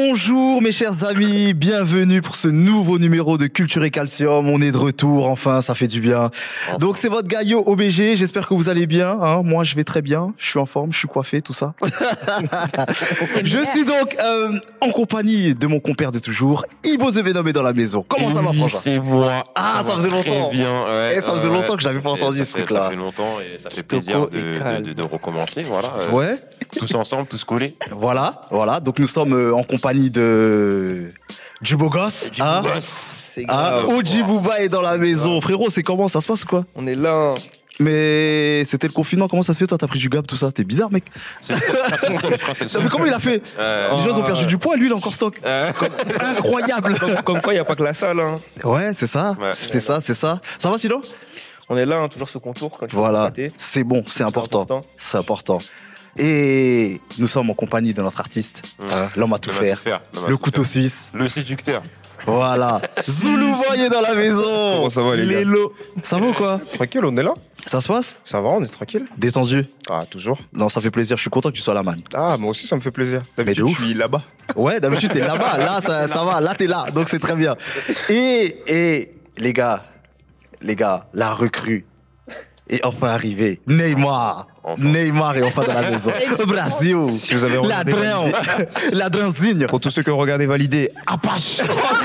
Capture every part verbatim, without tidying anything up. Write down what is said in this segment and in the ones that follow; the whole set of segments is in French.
Bonjour mes chers amis, bienvenue pour ce nouveau numéro de Culture et Calcium. On est de retour, enfin, ça fait du bien. Enfin. Donc c'est votre gars Yo O B G, j'espère que vous allez bien. Hein. Moi je vais très bien, je suis en forme, je suis coiffé, tout ça. Je suis donc euh, en compagnie de mon compère de toujours, Ibo The Venom est dans la maison. Comment ça oui, va François? C'est moi. Ah ça, ça faisait longtemps. Très bien. Ouais, et ça faisait ouais, longtemps que j'avais pas entendu ça ce fait, truc-là. Ça fait longtemps et ça fait plaisir de, de, de, de recommencer, voilà. Ouais. Tous ensemble, tous collés. Voilà, voilà. Donc nous sommes en compagnie de du beau gosse. Du hein beau gosse. C'est grave. Ah, Oji Bouba est dans la maison. Frérot, c'est comment? Ça se passe ou quoi? On est là. Mais c'était le confinement, comment ça se fait toi? T'as pris du gab, tout ça? T'es bizarre mec. C'est le Mais comment il a fait? euh, Les gens ont perdu du poids, lui il est encore stock. Euh. Incroyable. Comme, comme quoi il n'y a pas que la salle. Hein. Ouais, c'est ça. Ouais. C'est ça, c'est ça. Ça va sinon? On est là, hein, toujours ce contour quand tu voilà. C'est bon, c'est important. important. C'est important. Et nous sommes en compagnie de notre artiste, mmh. hein, l'homme à tout l'homme faire, à tout faire. le couteau faire. Suisse, le séducteur. Voilà, Zoulou Boy est dans la maison. Comment ça va les gars? Lélo. Ça va ou quoi? Tranquille, on est là. Ça se passe? Ça va, on est tranquille. Détendu? Ah, toujours. Non, ça fait plaisir, je suis content que tu sois là, man. Ah, moi aussi ça me fait plaisir. D'habitude, je suis là-bas. Ouais, d'habitude t'es là-bas, là ça, ça va, là t'es là, donc c'est très bien. Et, et, les gars, les gars, la recrue est enfin arrivée. Neymar. Enfin. Neymar est enfin dans la maison. Au Brésil. Si vous avez regardé Ladrin. Ladrinzigne. Pour tous ceux qui ont regardé validé, Apache.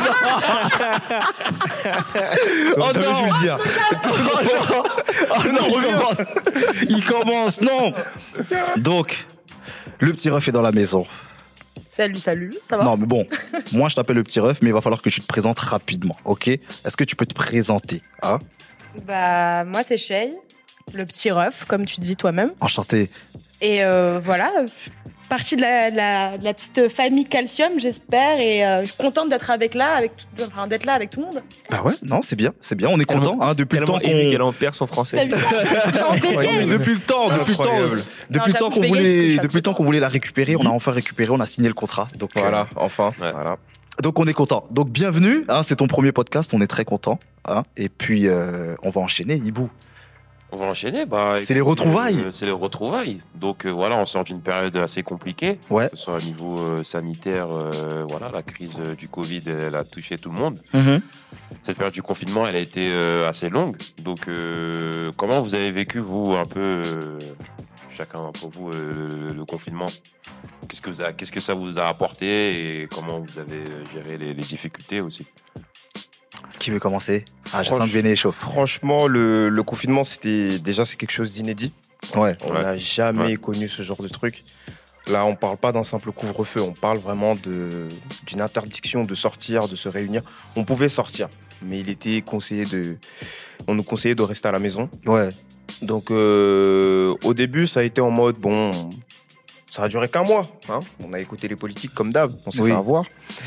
Oh non. Dû le dire. Oh non. Oh non, il commence. Il commence, non. Donc, le petit ref est dans la maison. Salut, salut, ça va? Non, mais bon, moi je t'appelle le petit ref, mais il va falloir que tu te présentes rapidement, ok? Est-ce que tu peux te présenter, hein? Bah, moi c'est Shay, le petit ref, comme tu dis toi-même. Enchanté. Et euh, voilà, partie de la, de, la, de la petite famille Calcium, j'espère, et euh, je suis contente d'être avec là, avec tout, enfin, d'être là avec tout le monde. Bah ouais, non, c'est bien, c'est bien, on est content, hein, depuis le temps qu'on. qu'elle en perd son français. non, mais depuis le temps, depuis le temps, depuis le temps qu'on voulait, depuis le temps qu'on voulait la récupérer, on a enfin récupéré, on a signé le contrat. Donc voilà, euh, enfin, ouais. voilà. Donc on est content. Donc bienvenue, hein, c'est ton premier podcast, on est très content. Hein, et puis euh, on va enchaîner, Ibou. On va enchaîner, bah. C'est les retrouvailles. Euh, c'est les retrouvailles. Donc euh, voilà, on sort d'une période assez compliquée. Ouais. Que ce soit au niveau euh, sanitaire, euh, voilà, la crise euh, du Covid, elle a touché tout le monde. Mm-hmm. Cette période du confinement, elle a été euh, assez longue. Donc euh, comment vous avez vécu vous un peu, euh, chacun d'entre vous, euh, le, le confinement? Qu'est-ce que vous a, qu'est-ce que ça vous a apporté et comment vous avez géré les, les difficultés aussi? Qui veut commencer? Ah, Franch... je sens chaud. Franchement, le, le confinement, c'était déjà c'est quelque chose d'inédit. Ouais. On n'a ouais. jamais ouais. connu ce genre de truc. Là, on parle pas d'un simple couvre-feu, on parle vraiment de d'une interdiction de sortir, de se réunir. On pouvait sortir, mais il était conseillé de, on nous conseillait de rester à la maison. Ouais. Donc, euh, au début, ça a été en mode bon. Ça a duré qu'un mois. Hein, on a écouté les politiques comme d'hab. On s'est oui. fait avoir.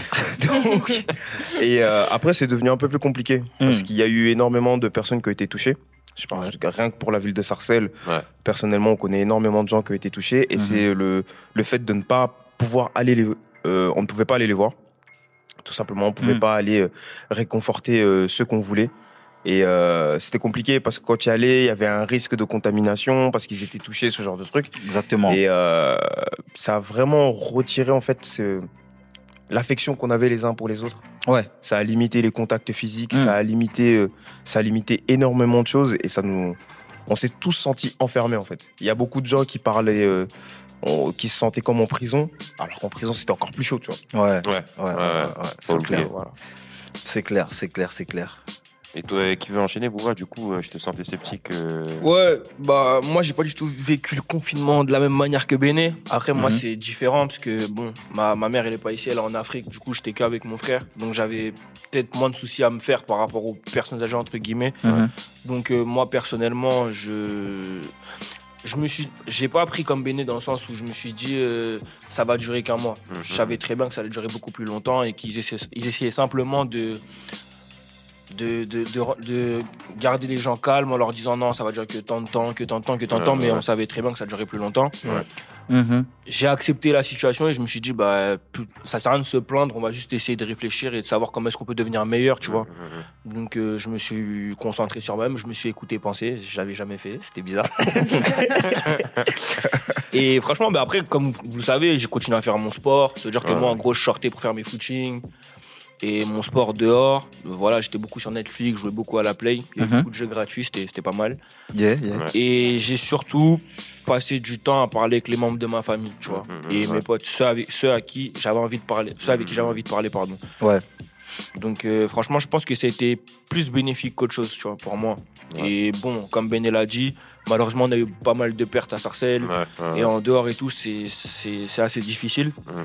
Donc, et euh, après, c'est devenu un peu plus compliqué. Mmh. Parce qu'il y a eu énormément de personnes qui ont été touchées. Je parle ouais. rien que pour la ville de Sarcelles. Ouais. Personnellement, on connaît énormément de gens qui ont été touchés. Et mmh. c'est le, le fait de ne pas pouvoir aller les... Euh, on ne pouvait pas aller les voir. Tout simplement, on ne pouvait mmh. pas aller euh, réconforter euh, ceux qu'on voulait. Et euh, c'était compliqué parce que quand tu y allais, il y avait un risque de contamination parce qu'ils étaient touchés, ce genre de truc. Exactement. Et euh, ça a vraiment retiré en fait ce, l'affection qu'on avait les uns pour les autres. Ouais. Ça a limité les contacts physiques, mmh. ça a limité, euh, ça a limité énormément de choses et ça nous, on s'est tous sentis enfermés en fait. Il y a beaucoup de gens qui parlaient. Euh, qui se sentaient comme en prison, alors qu'en prison c'était encore plus chaud, tu vois. Ouais. Ouais. Ouais. ouais, ouais, ouais. C'est clair. Voilà. C'est clair, c'est clair, c'est clair. Et toi, qui veut enchaîner, Bouba, du coup, je te sentais sceptique. Euh... Ouais, bah, moi, j'ai pas du tout vécu le confinement de la même manière que Béné. Après, mm-hmm. moi, c'est différent parce que, bon, ma, ma mère, elle est pas ici, elle est en Afrique. Du coup, j'étais qu'avec mon frère. Donc, j'avais peut-être moins de soucis à me faire par rapport aux personnes âgées, entre guillemets. Mm-hmm. Donc, euh, moi, personnellement, je. Je me suis, j'ai pas appris comme Béné dans le sens où je me suis dit euh, ça va durer qu'un mois. Mm-hmm. Je savais très bien que ça allait durer beaucoup plus longtemps et qu'ils essayaient, ils essayaient simplement de De, de, de, de garder les gens calmes en leur disant non, ça va durer que tant de temps, que tant de temps, que tant de temps, mais on savait très bien que ça durerait plus longtemps. Ouais. Mmh. J'ai accepté la situation et je me suis dit, bah, ça sert à rien de se plaindre, on va juste essayer de réfléchir et de savoir comment est-ce qu'on peut devenir meilleur, tu vois. Mmh. Donc, euh, je me suis concentré sur moi-même, je me suis écouté penser, j'avais jamais fait, c'était bizarre. Et franchement, bah après, comme vous le savez, j'ai continué à faire mon sport. C'est-à-dire que Ouais. moi, en gros, je sortais pour faire mes footings. Et mon sport dehors, voilà, j'étais beaucoup sur Netflix, je jouais beaucoup à la Play. Il y avait Mhm. beaucoup de jeux gratuits, c'était, c'était pas mal. Yeah, yeah. Ouais. Et j'ai surtout passé du temps à parler avec les membres de ma famille, tu vois. Mhm, Et ouais. mes potes, ceux avec, ceux à qui j'avais envie de parler, ceux avec qui j'avais envie de parler, pardon. Ouais. Donc euh, franchement, je pense que ça a été plus bénéfique qu'autre chose, tu vois, pour moi. Ouais. Et bon, comme Ben l'a dit, malheureusement, on a eu pas mal de pertes à Sarcelles. Ouais, ouais, Et en dehors et tout, c'est, c'est, c'est assez difficile. Mhm.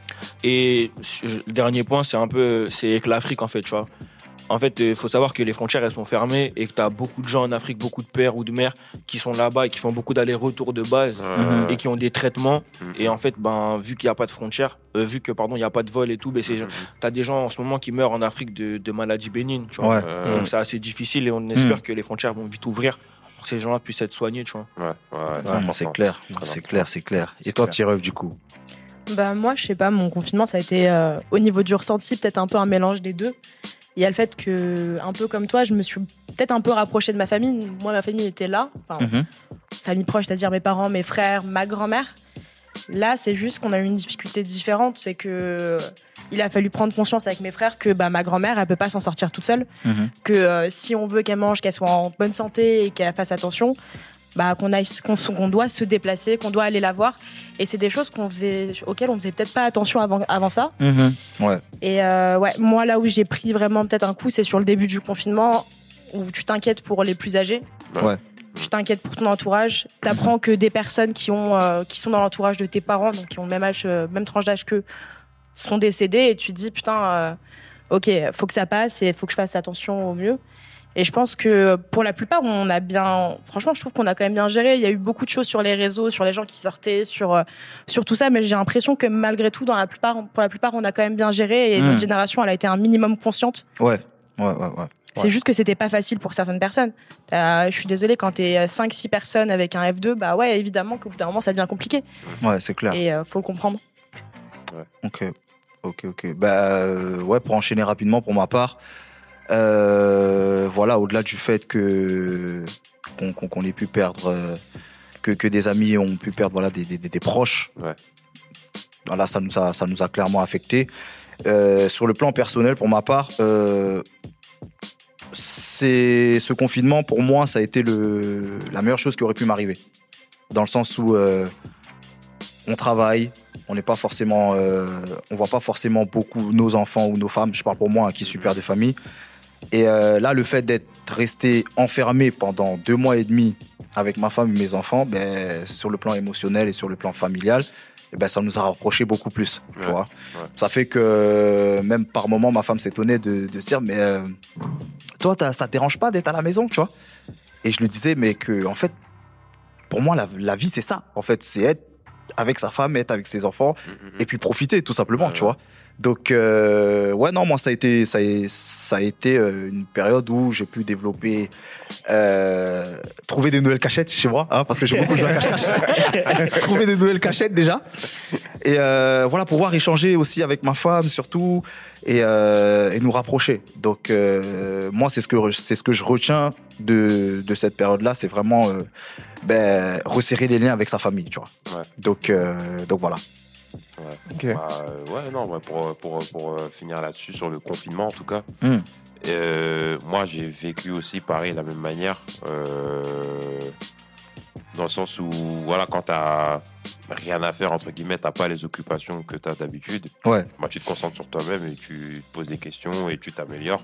Et le dernier point, c'est un peu, c'est avec l'Afrique, en fait, tu vois. En fait, il faut savoir que les frontières, elles sont fermées et que tu as beaucoup de gens en Afrique, beaucoup de pères ou de mères qui sont là-bas et qui font beaucoup d'allers-retours de base Ouais. et qui ont des traitements. Mhm. Et en fait, ben, vu qu'il n'y a pas de frontières, euh, vu que, pardon, il n'y a pas de vol et tout, ben, c'est, Mhm. t'as des gens en ce moment qui meurent en Afrique de, de maladies bénignes, tu vois. Ouais. Euh, Donc c'est assez difficile et on espère que les frontières vont vite ouvrir pour que ces gens-là puissent être soignés, tu vois. ouais, ouais, ouais, Ouais, important. c'est clair, Très c'est important. clair, c'est clair. Et C'est toi, clair. petit rêve, du coup? Bah moi, je sais pas, mon confinement, ça a été euh, au niveau du ressenti, peut-être un peu un mélange des deux. Il y a le fait que, un peu comme toi, je me suis peut-être un peu rapprochée de ma famille. Moi, ma famille était là, enfin, Mhm. famille proche, c'est-à-dire mes parents, mes frères, ma grand-mère. Là, c'est juste qu'on a eu une difficulté différente, c'est que il a fallu prendre conscience avec mes frères que bah, ma grand-mère, elle peut pas s'en sortir toute seule, Mhm. que euh, si on veut qu'elle mange, qu'elle soit en bonne santé et qu'elle fasse attention, bah, qu'on aille, qu'on, qu'on doit se déplacer, qu'on doit aller la voir. Et c'est des choses qu'on faisait, auxquelles on faisait peut-être pas attention avant, avant ça. Mhm. Ouais. Et euh, ouais, moi, là où j'ai pris vraiment peut-être un coup, c'est sur le début du confinement, où tu t'inquiètes pour les plus âgés. Ouais. Tu t'inquiètes pour ton entourage. T'apprends que des personnes qui ont, euh, qui sont dans l'entourage de tes parents, donc qui ont le même âge, euh, même tranche d'âge qu'eux, sont décédés. Et tu te dis, putain, euh, ok, faut que ça passe et faut que je fasse attention au mieux. Et je pense que pour la plupart, on a bien, franchement, je trouve qu'on a quand même bien géré. Il y a eu beaucoup de choses sur les réseaux, sur les gens qui sortaient, sur, euh, sur tout ça. Mais j'ai l'impression que malgré tout, dans la plupart, pour la plupart, on a quand même bien géré et Mm. notre génération, elle a été un minimum consciente. Ouais. Ouais, ouais, ouais. C'est juste que c'était pas facile pour certaines personnes. T'as- Je suis désolée, quand t'es cinq six personnes avec un F deux, bah ouais, évidemment qu'au bout d'un moment, ça devient compliqué. Ouais, c'est clair. Et euh, faut le comprendre. Ok, ok, ok. Bah euh, ouais, pour enchaîner rapidement pour ma part, euh, voilà, au-delà du fait que qu'on qu'on qu'on ait pu perdre, euh, que que des amis ont pu perdre, voilà, des des, des, des proches. Ouais. Voilà, ça nous a ça nous a clairement affecté. Euh, sur le plan personnel, pour ma part, euh, c'est ce confinement pour moi, ça a été le la meilleure chose qui aurait pu m'arriver, dans le sens où euh, on travaille. On n'est pas forcément, euh, on voit pas forcément beaucoup nos enfants ou nos femmes. Je parle pour moi, hein, qui suis père de famille. Et euh, là, le fait d'être resté enfermé pendant deux mois et demi avec ma femme et mes enfants, ben, sur le plan émotionnel et sur le plan familial, eh ben, ça nous a rapprochés beaucoup plus. Tu Ouais, vois. ouais. Ça fait que même par moment, ma femme s'étonnait de, de se dire, mais euh, toi, t'as- ça te dérange pas d'être à la maison, tu vois. Et je lui disais, mais que en fait, pour moi, la, la vie, c'est ça. En fait, c'est être avec sa femme, être avec ses enfants, et puis profiter tout simplement, Ouais, tu vois. Donc euh, ouais, non, moi ça a été ça a, ça a été euh, une période où j'ai pu développer, euh, trouver des nouvelles cachettes chez moi, hein, parce que j'ai beaucoup joué à cache-cache. Trouver des nouvelles cachettes déjà, et euh, voilà, pouvoir échanger aussi avec ma femme surtout, et, euh, et nous rapprocher. Donc euh, moi c'est ce que c'est ce que je retiens de de cette période-là, c'est vraiment euh, ben, resserrer les liens avec sa famille, tu vois. Ouais. Donc euh, donc voilà. Ouais. Ok. Bah, euh, ouais, non, ouais, pour, pour, pour euh, finir là-dessus, sur le confinement en tout cas, Mm. euh, moi j'ai vécu aussi pareil de la même manière, euh, dans le sens où, voilà, quand t'as rien à faire, entre guillemets, t'as pas les occupations que t'as d'habitude, Ouais. bah, tu te concentres sur toi-même et tu te poses des questions et tu t'améliores.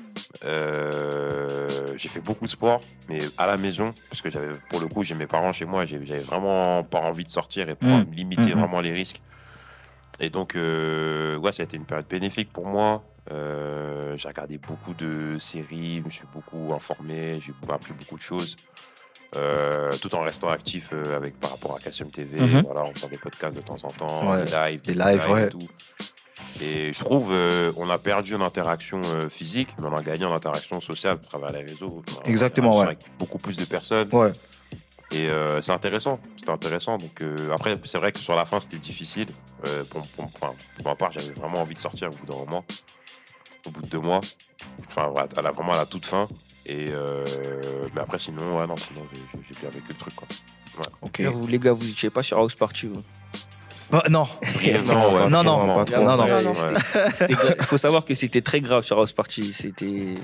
Euh, j'ai fait beaucoup de sport, mais à la maison, parce que j'avais, pour le coup, j'ai mes parents chez moi, j'ai- j'avais vraiment pas envie de sortir et pour Mm. limiter Mhm. vraiment les risques. Et donc, euh, ouais, ça a été une période bénéfique pour moi. Euh, j'ai regardé beaucoup de séries, je me suis beaucoup informé, j'ai appris beaucoup de choses. Euh, tout en restant actif euh, avec, par rapport à Calcium T V. Mhm. Voilà, on sort des podcasts de temps en temps, Ouais, des lives, des lives, ouais. et tout. Et je trouve euh, on a perdu en interaction euh, physique, mais on a gagné en interaction sociale à travers les réseaux. On a- Exactement, on a ouais. avec beaucoup plus de personnes. Ouais. Et euh, c'est intéressant, c'est intéressant. Donc euh, après, c'est vrai que sur la fin, c'était difficile. Euh, pour, pour, pour, pour ma part, j'avais vraiment envie de sortir au bout d'un moment, au bout de deux mois. Enfin, voilà, à la, vraiment à la toute fin. Et euh, mais après, sinon, ouais, non, sinon, j'ai, j'ai bien vécu le truc, quoi. Ok. Là, vous, les gars, vous étiez pas sur House Party, vous. Bah, non. Brièvement, ouais. Non, non, Brièvement. pas trop. Non, non. Non, non, Ouais. c'était- C'était gra- Il faut savoir que c'était très grave sur House Party. C'était.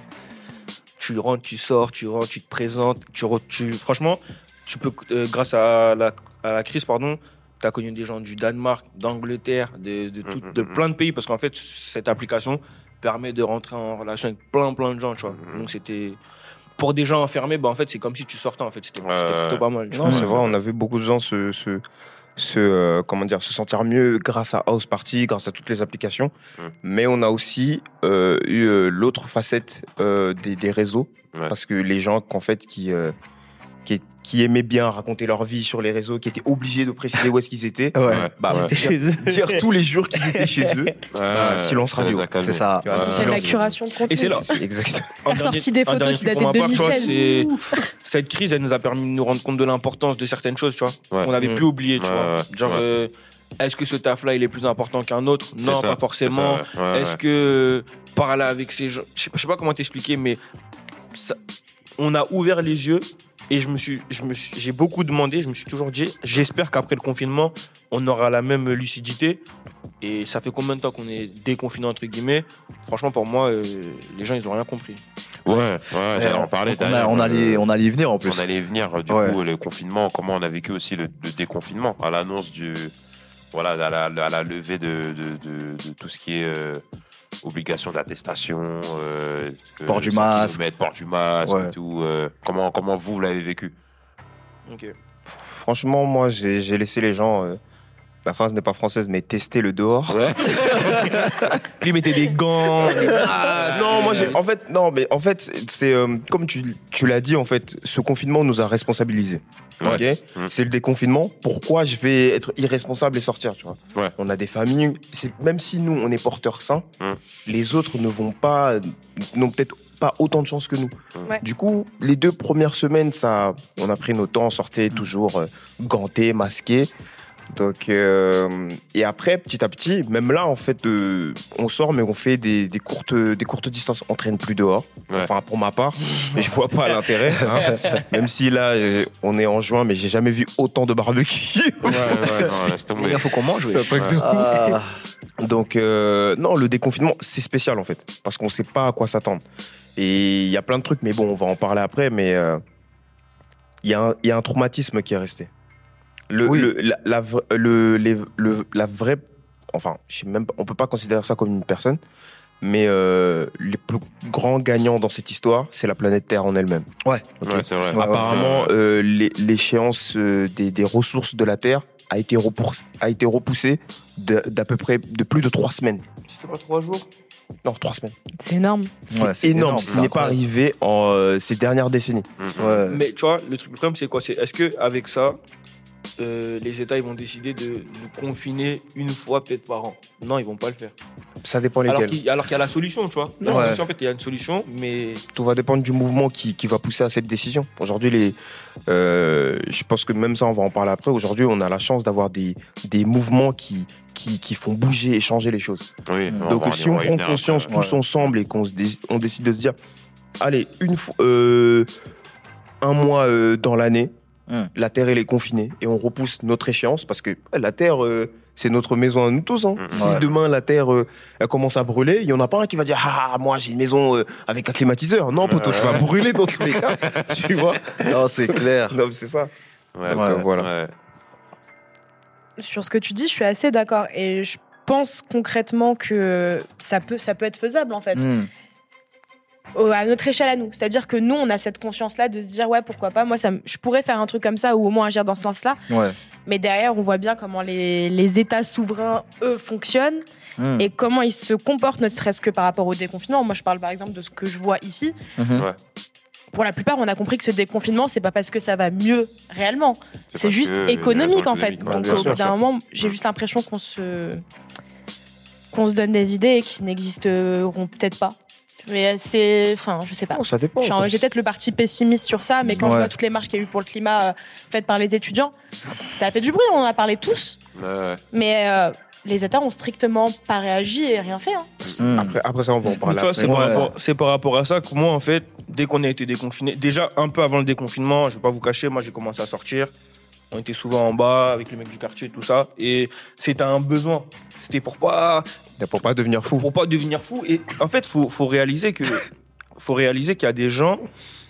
Tu rentres, tu sors, tu rentres, tu te présentes. Tu, re- tu... Franchement, tu peux, euh, grâce à la, à la crise, pardon, tu as connu des gens du Danemark, d'Angleterre, de, de, tout- de plein de pays. Parce qu'en fait, cette application permet de rentrer en relation avec plein, plein de gens, tu vois. Donc, c'était. Pour des gens enfermés, bah, en fait, c'est comme si tu sortais, en fait. C'était Ouais, c'était ouais. plutôt pas mal. tu Non, vois. c'est Ouais, vrai, c'est on a vu beaucoup de gens se, se, se, euh, comment dire, se sentir mieux grâce à House Party, grâce à toutes les applications. Mm. Mais on a aussi euh, eu euh, l'autre facette euh, des, des réseaux, Ouais. parce que les gens qu'en fait qui, euh, qui qui aimaient bien raconter leur vie sur les réseaux, qui étaient obligés de préciser où est-ce qu'ils étaient, Ouais. bah Ouais. dire, dire tous les jours qu'ils étaient chez eux, Ouais, bah, silence ça les radio. a calmés. C'est ça. Tu vois, Ouais. C'est de la silence. curation de contenu. Et c'est là. C'est exactement. Un T'as dernier- ressorti des un photos dernier qui truc dataient pour de ma part, tu vois, deux mille seize. c'est- Cette crise, elle nous a permis de nous rendre compte de l'importance de certaines choses, tu vois. Ouais. On avait Mm. pu oublier, tu Ouais, vois. ouais, Genre, ouais. euh, est-ce que ce taf-là, il est plus important qu'un autre? C'est Non, ça, pas forcément. c'est ça, ouais. Ouais, Est-ce ouais. que parler avec ces gens, je sais pas, je sais pas comment t'expliquer, mais ça- on a ouvert les yeux et je me suis, je me suis, j'ai beaucoup demandé. Je me suis toujours dit, j'espère qu'après le confinement, on aura la même lucidité. Et ça fait combien de temps qu'on est déconfiné entre guillemets? Franchement, pour moi, euh, les gens, ils ont rien compris. Ouais, ouais, j'allais en parler. Donc, on, a, d'ailleurs, on, euh, allait, on allait y venir en plus. On allait y venir, du Ouais. coup, le confinement, comment on a vécu aussi le, le déconfinement, à l'annonce du, voilà, à la, à la levée de, de, de, de tout ce qui est euh, obligation d'attestation, euh, euh, Port du cent masque. kilomètres, port du masque Ouais. et tout. euh, comment, comment vous l'avez vécu? Ok. Franchement, moi, j'ai j'ai laissé les gens. euh, la phrase n'est pas française, mais tester le dehors. Ouais. Puis ils mettaient des gants. des masques. Non, moi, j'ai, en fait, non, mais en fait, c'est- c'est euh, comme tu, tu l'as dit, en fait, ce confinement nous a responsabilisés. Ouais. Ok, Mm. c'est le déconfinement. Pourquoi je vais être irresponsable et sortir, tu vois Ouais. On a des familles. C'est même si nous, on est porteurs sains, Mm. les autres ne vont pas, n'ont peut-être pas autant de chance que nous. Ouais. Du coup, les deux premières semaines, ça, on a pris nos temps, on sortait toujours euh, gantés, masqués. Donc euh, et après, petit à petit, même là, en fait, euh, on sort, mais on fait des, des courtes, des courtes distances. On traîne plus dehors. Ouais. Enfin, pour ma part, mais je vois pas l'intérêt. hein. Même si là, euh, on est en juin, mais j'ai jamais vu autant de barbecue. Ouais, ouais, non, laisse Les tomber. gars, faut qu'on mange. C'est un wesh. truc de ouf. Ah, Donc euh, non, le déconfinement, c'est spécial en fait, parce qu'on sait pas à quoi s'attendre. Et il y a plein de trucs, mais bon, on va en parler après. Mais euh, il y a un, il y a un traumatisme qui est resté. Le, Oui. le, la, la, vra- le, les- le- la vraie, enfin, je sais même pas, on peut pas considérer ça comme une personne, mais euh, les plus grands gagnants dans cette histoire, c'est la planète Terre en elle-même. ouais. Ok. Ouais, c'est vrai. Ouais, Apparemment, euh, l'é- l'échéance euh, des, des ressources de la Terre a été, repoussée, a été repoussée de- d'à peu près de plus de trois semaines. C'était pas trois jours. Non, trois semaines. C'est énorme. Ouais, C'est énorme. c'est Ce n'est pas incroyable. arrivé en euh, ces dernières décennies. Mhm. Ouais. Mais tu vois, le truc, le problème, c'est quoi? C'est est-ce que avec ça, euh, les États ils vont décider de nous confiner une fois peut-être par an? Non, ils vont pas le faire. Ça dépend Alors lesquels. qu'il alors qu'il y a la solution, tu vois. La Ouais. solution, en fait, il y a une solution, mais Tout va dépendre du mouvement qui, qui va pousser à cette décision. Aujourd'hui, les, euh, je pense que même ça, on va en parler après. Aujourd'hui, on a la chance d'avoir des, des mouvements qui, qui, qui font bouger et changer les choses. Oui, on Donc, va- si on va y prend venir conscience après. tous ensemble et qu'on se dé- on décide de se dire, allez, une fois, euh, un mois euh, dans l'année, Mm. la Terre elle est confinée et on repousse notre échéance parce que euh, la Terre euh, c'est notre maison à nous tous. Hein. Mm. Si Ouais. demain la Terre euh, elle commence à brûler, il y en a pas un qui va dire ah moi j'ai une maison euh, avec un climatiseur. Non poteau, tu vas brûler dans tous les cas, tu vois. Non, c'est clair. Non c'est ça. Ouais, Donc, ouais, euh, voilà. ouais. Sur ce que tu dis, je suis assez d'accord. Et je pense concrètement que ça peut, ça peut être faisable, en fait. Mm. Au- à notre échelle à nous. C'est-à-dire que nous, on a cette conscience-là de se dire, ouais, pourquoi pas, moi, ça me- je pourrais faire un truc comme ça ou au moins agir dans ce sens-là. Ouais. Mais derrière, on voit bien comment les, les États souverains, eux, fonctionnent Mm. et comment ils se comportent, ne serait-ce que par rapport au déconfinement. Moi, je parle par exemple de ce que je vois ici. Mhm. Ouais. Pour la plupart, on a compris que ce déconfinement, c'est pas parce que ça va mieux réellement. C'est parce juste que, euh, économique, raison en fait. économique, ouais, Donc, bien au sûr, bout d'un sûr. moment, j'ai juste l'impression qu'on se qu'on se donne des idées qui n'existeront peut-être pas. Mais c'est, enfin, je sais pas. Non, ça dépend. Je suis en- J'ai peut-être le parti pessimiste sur ça, mais quand Ouais. je vois toutes les marches qu'il y a eu pour le climat euh, faites par les étudiants, ça a fait du bruit, on en a parlé tous, Ouais. mais euh, les États ont strictement pas réagi et rien fait. Hein. Mm. Après après ça on va en Mais parler. tu vois, après. c'est par, Ouais. rapport- c'est par rapport à ça que moi, en fait, dès qu'on a été déconfiné, déjà un peu avant le déconfinement, je vais pas vous cacher, moi j'ai commencé à sortir. On était souvent en bas avec les mecs du quartier, tout ça. Et c'était un besoin. C'était pour pas, Pour pas devenir fou. pour pas devenir fou. Et en fait, faut, faut réaliser que, faut réaliser qu'il y a des gens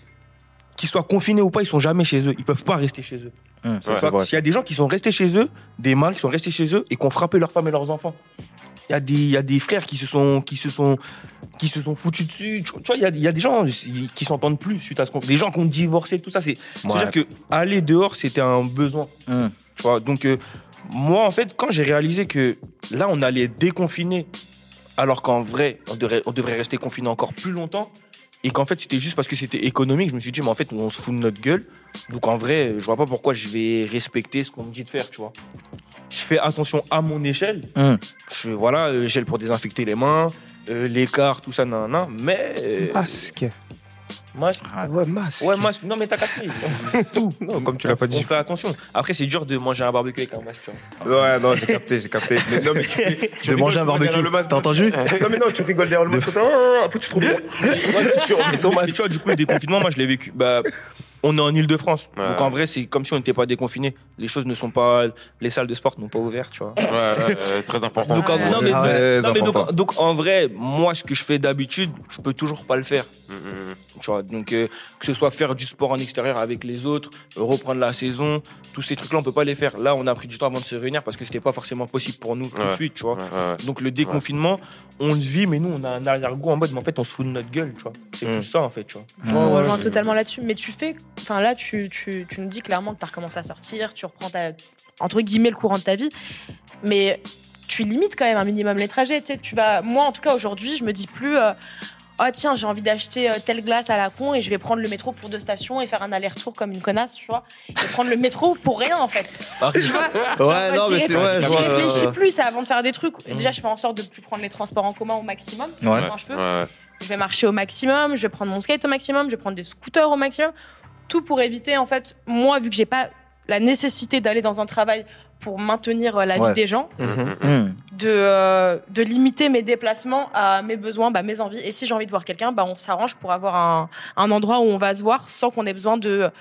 qui soient confinés ou pas, ils sont jamais chez eux. Ils peuvent pas rester chez eux. Mmh, C'est ça. S'il y a des gens qui sont restés chez eux, des mâles qui sont restés chez eux et qui ont frappé leurs femmes et leurs enfants. Il y a des, il y a des frères qui se sont, qui se sont, qui se sont foutus dessus. Tu vois, il y a, il y a des gens qui s'entendent plus suite à ce qu'on, des gens qui ont divorcé, tout ça. C'est, Ouais. c'est-à-dire que aller dehors, c'était un besoin. Mmh. Tu vois, donc, euh, moi, en fait, quand j'ai réalisé que là, on allait déconfiner, alors qu'en vrai, on devrait, on devrait rester confiné encore plus longtemps, et qu'en fait, c'était juste parce que c'était économique, je me suis dit, mais en fait, on se fout de notre gueule. Donc, en vrai, je vois pas pourquoi je vais respecter ce qu'on me dit de faire, tu vois. Je fais attention à mon échelle. Mmh. Je, voilà, euh, gel pour désinfecter les mains, euh, l'écart, tout ça, nan, nan, nan, mais. euh, Masque. masque. Ouais, masque. Ouais, masque. Non, mais t'as capté. Tout. Non, comme tu l'as pas dit. On fait attention. Après, c'est dur de manger un barbecue avec un masque, tu vois. Ouais, non, j'ai capté, j'ai capté. Mais non, mais tu, tu De rigoles, manger un tu barbecue. regardes le masque. T'as entendu? Non, mais non, tu rigoles derrière le masque. comme ça, ah, Après, tu te remets. Tu remets ton Et masque. tu vois, du coup, le déconfinement, moi, je l'ai vécu. Bah, on est en Ile-de-France. Ouais. Donc, en vrai, c'est comme si on n'était pas déconfiné. Les choses ne sont pas, les salles de sport n'ont pas ouvert, tu vois. Ouais, ouais, euh, très important. Donc, en, Ouais. non, mais, Très non, mais donc, important. donc, en vrai, moi, ce que je fais d'habitude, je peux toujours pas le faire. Mm, mm, mm. Tu vois, donc, euh, que ce soit faire du sport en extérieur avec les autres, euh, reprendre la saison, tous ces trucs-là, on peut pas les faire. Là, on a pris du temps avant de se réunir parce que c'était pas forcément possible pour nous tout de Ouais. suite, tu vois. Ouais, ouais, ouais. Donc, le déconfinement, on le vit, mais nous, on a un arrière-goût en mode, mais en fait, on se fout de notre gueule, tu vois. C'est Mm. plus ça, en fait, tu vois. Je vous rejoins totalement là-dessus. Mais tu fais. Enfin, là, tu, tu, tu nous dis clairement que tu as recommencé à sortir, tu reprends ta. Entre guillemets, le courant de ta vie. Mais tu limites quand même un minimum les trajets. Tu sais, tu vas. Moi, en tout cas, aujourd'hui, je me dis plus. euh, Ah tiens, j'ai envie d'acheter euh, telle glace à la con et je vais prendre le métro pour deux stations et faire un aller-retour comme une connasse, tu vois. Et prendre le métro pour rien, en fait. Tu vois. Ouais, non, J'y mais c'est réfléchis- vrai, je j'y vois. réfléchis euh, plus avant de faire des trucs. Déjà, je fais en sorte de plus prendre les transports en commun au maximum. Ouais. Quand je peux. Ouais, ouais. Je vais marcher au maximum, je vais prendre mon skate au maximum, je vais prendre des scooters au maximum. Tout pour éviter, en fait, moi, vu que j'ai pas la nécessité d'aller dans un travail pour maintenir euh, la Ouais. vie des gens, Mhm. mmh. de, euh, de limiter mes déplacements à mes besoins, bah, mes envies. Et si j'ai envie de voir quelqu'un, bah, on s'arrange pour avoir un, un endroit où on va se voir sans qu'on ait besoin de,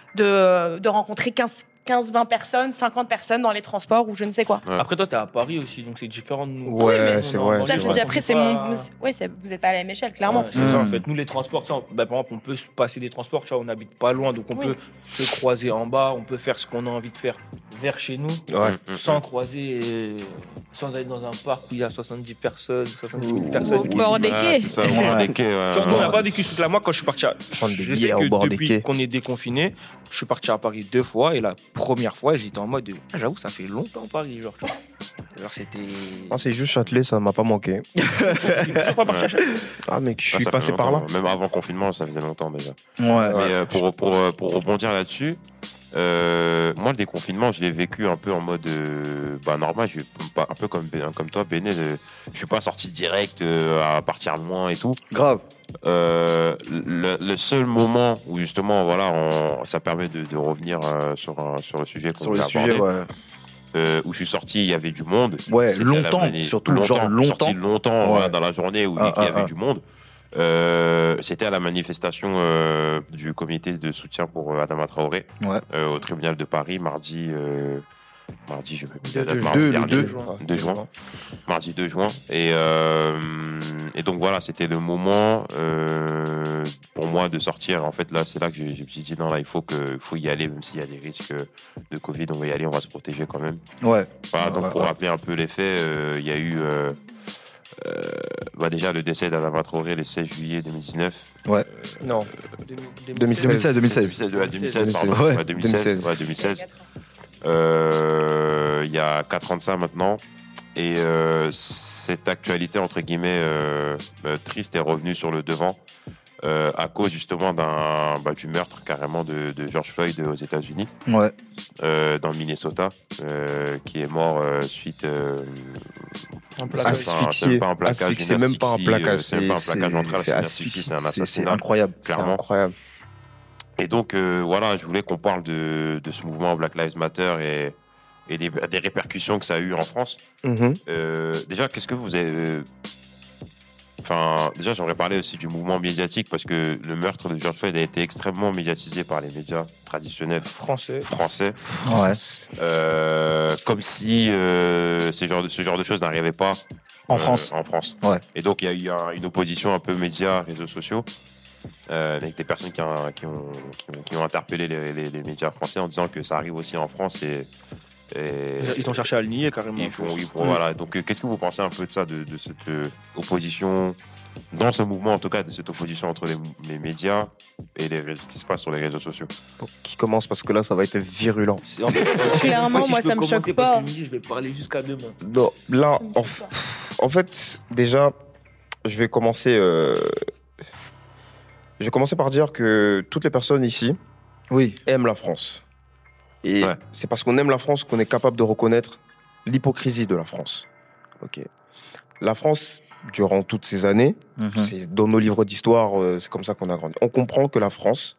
de, de rencontrer quinze, quinze, vingt personnes, cinquante personnes dans les transports ou je ne sais quoi. Ouais. Après, toi, t'es à Paris aussi, donc c'est différent de nous. Ouais, mais c'est on est vrai, en Ça, c'est je banlieue, me dis vrai. après, on c'est est mon. pas- Oui, vous n'êtes pas à la même échelle, clairement. Ouais, c'est ça, Mm. en fait. Nous, les transports, tu sais, bah, par exemple, on peut se passer des transports, tu vois, on n'habite pas loin, donc on Oui. peut se croiser en bas, on peut faire ce qu'on a envie de faire vers chez nous, Ouais. Mm, mm, sans croiser, euh, sans aller dans un parc où il y a soixante-dix personnes, soixante-dix mille personnes. Au qui- bord des Ouais, quais. c'est ça, au bord des quais, ouais, Tu vois, ouais. nous, on n'a pas vécu ce truc-là. Moi, quand je suis parti à... Prendre des Je sais bières au que bord des depuis quais. qu'on est déconfiné, je suis parti à Paris deux fois, et la première fois, j'étais en mode, ah, j'avoue, ça fait longtemps Paris, genre, tu vois. Genre, c'était... Non, c'est juste Châtelet, ça m'a pas manqué. C'est pas parti à chaque- Ah, mec, je Ça, suis ça passé fait par là. longtemps. Même avant le confinement, ça faisait longtemps déjà. Ouais. Mais euh, pour, pour, euh, pour rebondir là-dessus, euh, moi, le déconfinement, je l'ai vécu un peu en mode euh, bah, normal. Je, pas- un peu comme, comme toi, Béné. euh, Je suis pas sorti direct euh, à partir loin et tout. Grave. Euh, le, le seul moment où justement, voilà, on- ça permet de, de revenir euh, sur, un- sur le sujet qu'on Sur le a sujet, abordé, ouais. euh, où je suis sorti, il y avait du monde. Ouais, C'était à la longtemps, mani- surtout, genre Je suis sorti longtemps. longtemps Ouais. voilà, dans la journée où Ah, il y ah, avait ah. du monde. Euh, c'était à la manifestation euh, du comité de soutien pour euh, Adama Traoré Ouais. euh, au tribunal de Paris mardi euh, mardi je Deux, mardi deux, le dernier, deux. deux juin mardi deux juin et euh, et donc voilà, c'était le moment euh, pour moi de sortir. En fait, là, c'est là que je, je me suis dit non, là, il faut que faut y aller, même s'il y a des risques de Covid, on va y aller, on va se protéger quand même. Ouais. Voilà, donc Ouais, pour ouais. rappeler un peu les faits, euh, il y a eu euh, euh, bah déjà le décès d'Adama Traoré le seize juillet deux mille dix-neuf. Non. deux mille seize, deux mille seize. Ouais, deux mille seize, pardon. Ouais, Ouais, deux mille seize. Ouais, deux mille seize. Euh, Il y a quatre ans de ça maintenant. Et euh, cette actualité, entre guillemets, euh, euh, triste est revenue sur le devant euh, à cause justement d'un bah, du meurtre carrément de, de George Floyd aux États-Unis, Ouais. euh, dans le Minnesota, euh, qui est mort euh, suite. Euh, Un c'est pas- Asphyxié. c'est même pas un plaquage, Asphyxié, une c'est même pas un asphyxie, euh, plaquage. c'est même pas un plaquage ventral, c'est une asphyxie, asphyxie, c'est un c'est- C'est assassinat. incroyable. C'est Clairement. incroyable. Et donc, euh, voilà, je voulais qu'on parle de, de ce mouvement Black Lives Matter et, et des, des répercussions que ça a eu en France. Mhm. Euh, déjà, qu'est-ce que vous avez... euh, enfin, déjà, j'aimerais parler aussi du mouvement médiatique parce que le meurtre de George Floyd a été extrêmement médiatisé par les médias traditionnels Français. français, Ouais. euh, comme si euh, ce genre de ce genre de choses n'arrivait pas En euh, France. En France. Ouais. Et donc, il y a eu un- une opposition un peu médias, réseaux sociaux, euh, avec des personnes qui, ont, qui, ont, qui, ont, qui ont interpellé les, les, les médias français en disant que ça arrive aussi en France et, et Ils ont cherché à le nier carrément. ils font, ils font- voilà. Donc, euh, qu'est-ce que vous pensez un peu de ça, de, de cette euh, opposition, dans ce mouvement en tout cas, de cette opposition entre les, les médias et les, ce qui se passe sur les réseaux sociaux? Bon, qui commence parce que là, ça va être virulent. C'est- en fait, Clairement, si moi, je peux ça me choque commencer pas. Parce que je me dis, je vais parler jusqu'à demain. Non, là, Ça me en, choque pas. f- en fait, déjà, je vais commencer. euh, je vais commencer par dire que toutes les personnes ici Oui. aiment la France. Et Ouais. c'est parce qu'on aime la France qu'on est capable de reconnaître l'hypocrisie de la France. Ok. La France, durant toutes ces années, Mhm. c'est dans nos livres d'histoire, euh, c'est comme ça qu'on a grandi. On comprend que la France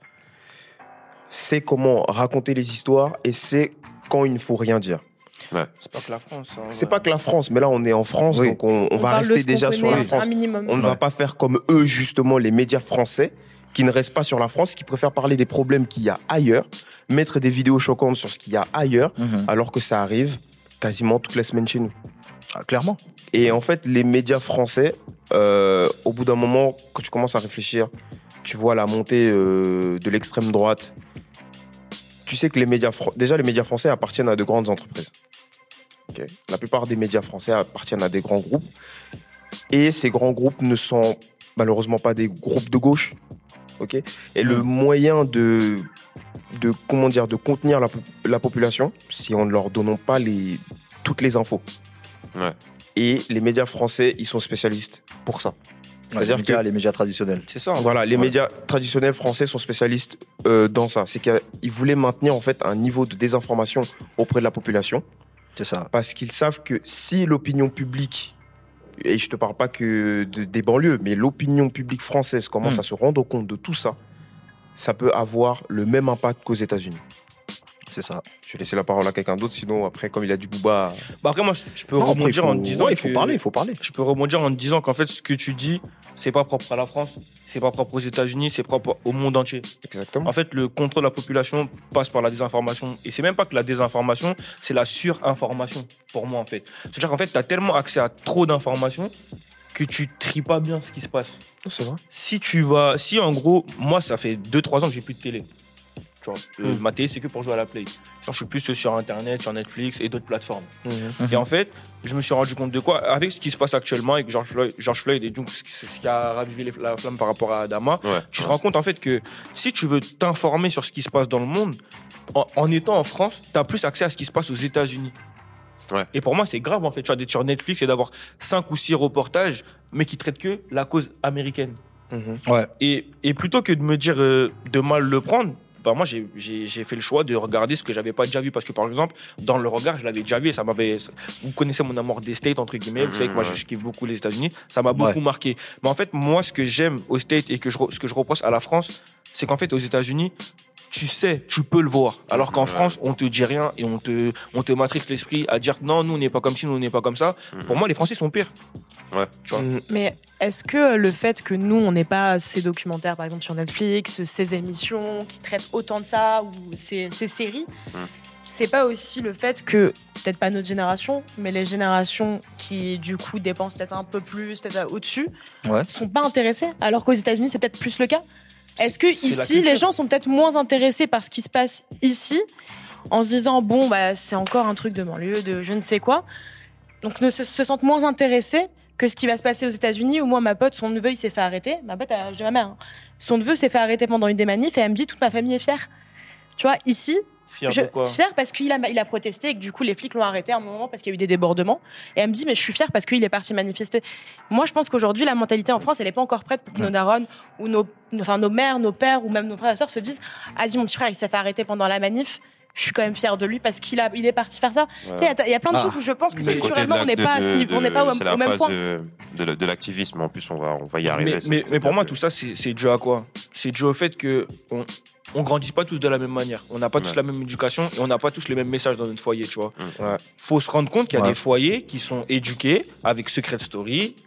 sait comment raconter les histoires et sait quand il ne faut rien dire. C'est pas que la France. hein, C'est ouais. pas que la France, mais là on est en France, Oui. donc on, on va parle de rester ce qu'on déjà sur connaît, la France. un minimum. On ne Ouais. va pas faire comme eux, justement, les médias français, qui ne restent pas sur la France, qui préfèrent parler des problèmes qu'il y a ailleurs, mettre des vidéos choquantes sur ce qu'il y a ailleurs, Mhm. alors que ça arrive quasiment toutes les semaines chez nous. Ah, clairement. Et en fait, les médias français, euh, au bout d'un moment, quand tu commences à réfléchir, tu vois la montée euh, de l'extrême droite. Tu sais que les médias, fran- déjà les médias français appartiennent à de grandes entreprises. Ok. La plupart des médias français appartiennent à des grands groupes. Et ces grands groupes ne sont malheureusement pas des groupes de gauche. Ok. Et le moyen de, de, comment dire, de contenir la, po- la population, c'est en ne leur donnant pas les, toutes les infos. Ouais. Et les médias français, ils sont spécialistes pour ça. Ouais, les, C'est-à-dire médias, que- les médias traditionnels. C'est ça. en Voilà, les Ouais. médias traditionnels français sont spécialistes euh, dans ça. C'est qu'ils voulaient maintenir en fait un niveau de désinformation auprès de la population, C'est ça. parce qu'ils savent que si l'opinion publique, et je te parle pas que de- des banlieues, mais l'opinion publique française commence Mm. à se rendre compte de tout ça, ça peut avoir le même impact qu'aux États-Unis. C'est ça. Je vais laisser la parole à quelqu'un d'autre, sinon après, comme il a du booba, Bah après, moi, je, je peux Non, après, rebondir il faut- en te disant ouais, il faut que- parler, il faut parler. Je peux rebondir en te disant qu'en fait, ce que tu dis, c'est pas propre à la France, c'est pas propre aux États-Unis, c'est propre au monde entier. exactement. En fait, le contrôle de la population passe par la désinformation. Et c'est même pas que la désinformation, c'est la surinformation, pour moi, en fait. C'est-à-dire qu'en fait, tu as tellement accès à trop d'informations que tu tries pas bien ce qui se passe. C'est vrai. Si tu vas, si en gros, moi, ça fait deux trois ans que j'ai plus de télé. Tu vois, euh, Mm. ma télé, c'est que pour jouer à la Play. Sinon, je suis plus sur Internet, sur Netflix et d'autres plateformes. Mhm. Mhm. Et en fait, je me suis rendu compte de quoi? Avec ce qui se passe actuellement avec George Floyd, George Floyd et donc ce qui ce qui a ravivé les- la flamme par rapport à Adama, Ouais. tu te rends compte en fait que si tu veux t'informer sur ce qui se passe dans le monde, en, en étant en France, tu as plus accès à ce qui se passe aux États-Unis. Ouais. Et pour moi, c'est grave en fait, tu vois, d'être sur Netflix et d'avoir cinq ou six reportages, mais qui traitent que la cause américaine. Mhm. Ouais. Et, et plutôt que de me dire euh, de mal le prendre, bah moi j'ai j'ai j'ai fait le choix de regarder ce que j'avais pas déjà vu parce que par exemple dans Le Regard je l'avais déjà vu et ça m'avait ça- vous connaissez mon amour des States entre guillemets, vous savez que moi je, je kiffe beaucoup les États-Unis, ça m'a beaucoup Ouais. marqué. Mais en fait moi ce que j'aime aux States et que je re- ce que je reproche à la France, c'est qu'en fait aux États-Unis tu sais, tu peux le voir. Alors qu'en Ouais. France, on te dit rien et on te, on te matrixe l'esprit à dire non, nous on n'est pas comme ci, nous on n'est pas comme ça. Pour moi, les Français sont pires. Ouais. Tu vois. Mhm. Mais est-ce que le fait que nous, on n'ait pas ces documentaires, par exemple sur Netflix, ces émissions qui traitent autant de ça, ou ces, ces séries, Mm. c'est pas aussi le fait que, peut-être pas notre génération, mais les générations qui, du coup, dépensent peut-être un peu plus, peut-être au-dessus, Ouais. sont pas intéressées, alors qu'aux États-Unis, c'est peut-être plus le cas? Est-ce que C'est la ici, culture. les gens sont peut-être moins intéressés par ce qui se passe ici, en se disant, bon, bah, c'est encore un truc de banlieue, de je ne sais quoi, donc ne se, se sentent moins intéressés que ce qui va se passer aux États-Unis, où moi, ma pote, son neveu, il s'est fait arrêter. Ma pote, elle, j'ai ma mère. hein. Son neveu s'est fait arrêter pendant une des manifs et elle me dit, toute ma famille est fière. Tu vois, ici, Fier je, de quoi fière parce qu'il a, il a protesté et que du coup, les flics l'ont arrêté à un moment parce qu'il y a eu des débordements. Et elle me dit, mais je suis fière parce qu'il est parti manifester. Moi, je pense qu'aujourd'hui, la mentalité en France, elle n'est pas encore prête pour que nos darons ou nos, enfin, nos mères, nos pères ou même nos frères et sœurs se disent, ah, dis, mon petit frère, il s'est fait arrêter pendant la manif. Je suis quand même fière de lui parce qu'il a, il est parti faire ça. Tu sais, il y a- il y, a plein de Ah. trucs où je pense que C'est le côté de culturellement, la- on n'est de- pas, à ce de- niveau- on n'est de- pas au, c'est la au même phase point. euh, de, de l'activisme. En plus, on va, on va y arriver. Mais, c'est- mais, c'est mais pour bien moi, fait. tout ça, c'est c'est dû à quoi? C'est dû au fait que on, on grandit pas tous de la même manière. On n'a pas tous Ouais. la même éducation et on n'a pas tous les mêmes messages dans notre foyer, tu vois. Ouais. Faut se rendre compte qu'il y a Ouais. des foyers qui sont éduqués avec Secret Story,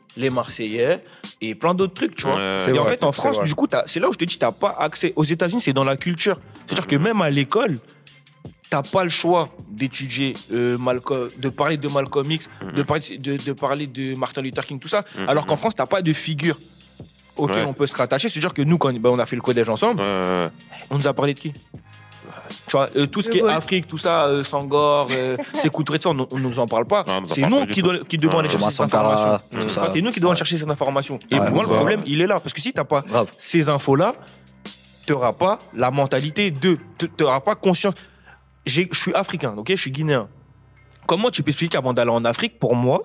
les Marseillais et plein d'autres trucs, tu vois. Ouais, et c'est en vrai, fait, en c'est France, vrai. du coup, t'as- c'est là où je te dis, t'as pas accès. Aux États-Unis, c'est dans la culture. C'est-à-dire que même à l'école, t'as pas le choix d'étudier euh, Malcolm, de parler de Malcolm X, de parler de, de parler de Martin Luther King, tout ça. Alors qu'en France, t'as pas de figure auquel Ouais. on peut se rattacher. C'est-à-dire que nous, quand ben, on a fait le collège ensemble, Ouais, ouais, ouais. on nous a parlé de qui? Tu vois, euh, tout ce De qui est Gaulle. Afrique, tout ça, euh, Sangor, euh, Sékou Touré, tout ça, on, on nous en parle pas. Non, on nous en C'est parle nous pas du qui, tout. doit- qui devons Ouais. aller chercher Thomas cette Sankara, information. tout Tu ça. vois, c'est nous qui devons aller chercher cette information. Et Ouais, pour moi, le ouais. problème, il est là. Parce que si t'as pas Grave. ces infos-là, t'auras pas la mentalité de, t'auras pas conscience. J'ai- Je suis africain, ok, je suis guinéen. Comment tu peux expliquer qu'avant d'aller en Afrique, pour moi,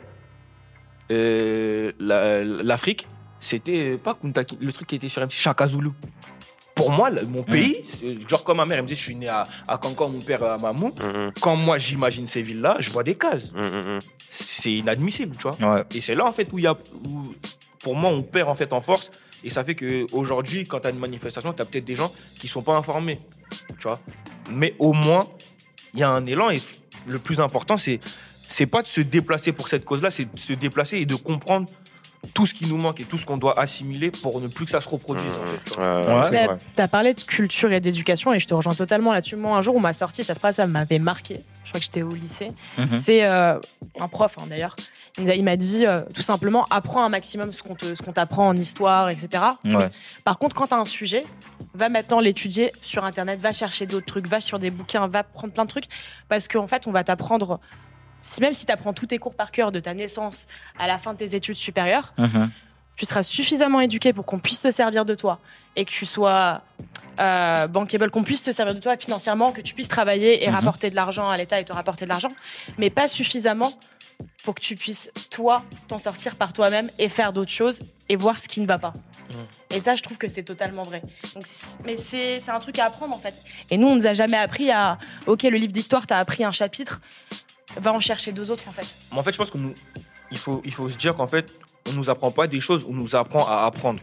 euh, la- l'Afrique, c'était euh, pas Kunta Ki- le truc qui était sur M C, Shaka Zulu. Pour moi, le- mon pays, c'est- genre comme ma mère, elle me dit, je suis né à, à Cancun, mon père à Mamou. Mhm, Quand moi j'imagine ces villes-là, je vois des cases. mhm, mhm. C'est inadmissible, tu vois. Ouais. Et c'est là en fait où il y a, où, pour moi, on perd en fait en force. Et ça fait que aujourd'hui, quand t'as une manifestation, t'as peut-être des gens qui sont pas informés, tu vois. Mais au moins, il y a un élan. Et f- le plus important, c'est c'est pas de se déplacer pour cette cause-là, c'est de se déplacer et de comprendre tout ce qui nous manque et tout ce qu'on doit assimiler pour ne plus que ça se reproduise. En fait, tu vois. Ouais, Ouais. C'est T'as vrai. t'as parlé de culture et d'éducation et je te rejoins totalement là-dessus. Moi, un jour, on m'a sorti cette phrase, ça m'avait marqué. Je crois que j'étais au lycée. Mhm. C'est euh, un prof, hein, d'ailleurs. Il nous a- il m'a dit euh, tout simplement, apprends un maximum ce qu'on te- ce qu'on t'apprend en histoire, et cetera. Ouais. Par contre, quand tu as un sujet, va maintenant l'étudier sur Internet, va chercher d'autres trucs, va sur des bouquins, va prendre plein de trucs. Parce qu'en fait, on va t'apprendre, si, même si tu apprends tous tes cours par cœur de ta naissance à la fin de tes études supérieures, Mhm. tu seras suffisamment éduqué pour qu'on puisse se servir de toi et que tu sois euh, bankable, qu'on puisse se servir de toi financièrement, que tu puisses travailler et Mhm. rapporter de l'argent à l'État et te rapporter de l'argent, mais pas suffisamment pour que tu puisses, toi, t'en sortir par toi-même et faire d'autres choses et voir ce qui ne va pas. Et ça, je trouve que c'est totalement vrai. Donc, si- mais c'est c'est un truc à apprendre, en fait. Et nous, on nous a jamais appris à... Ok, le livre d'histoire, t'as appris un chapitre, va en chercher deux autres, en fait. Mais en fait, je pense qu'il faut, il faut se dire qu'en fait, on nous apprend pas des choses, on nous apprend à apprendre.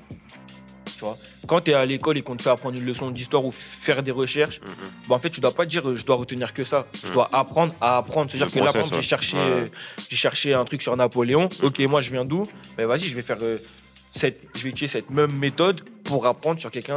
Tu vois, quand tu es à l'école et qu'on te fait apprendre une leçon d'histoire ou faire des recherches, bah en fait, tu dois pas dire euh, je dois retenir que ça. Je dois apprendre à apprendre. C'est-à-dire Le que là, par process, exemple, j'ai cherché, ouais. euh, j'ai cherché un truc sur Napoléon. Ok, moi, je viens d'où? Ben vas-y, je vais faire euh, cette, je vais utiliser cette même méthode pour apprendre sur quelqu'un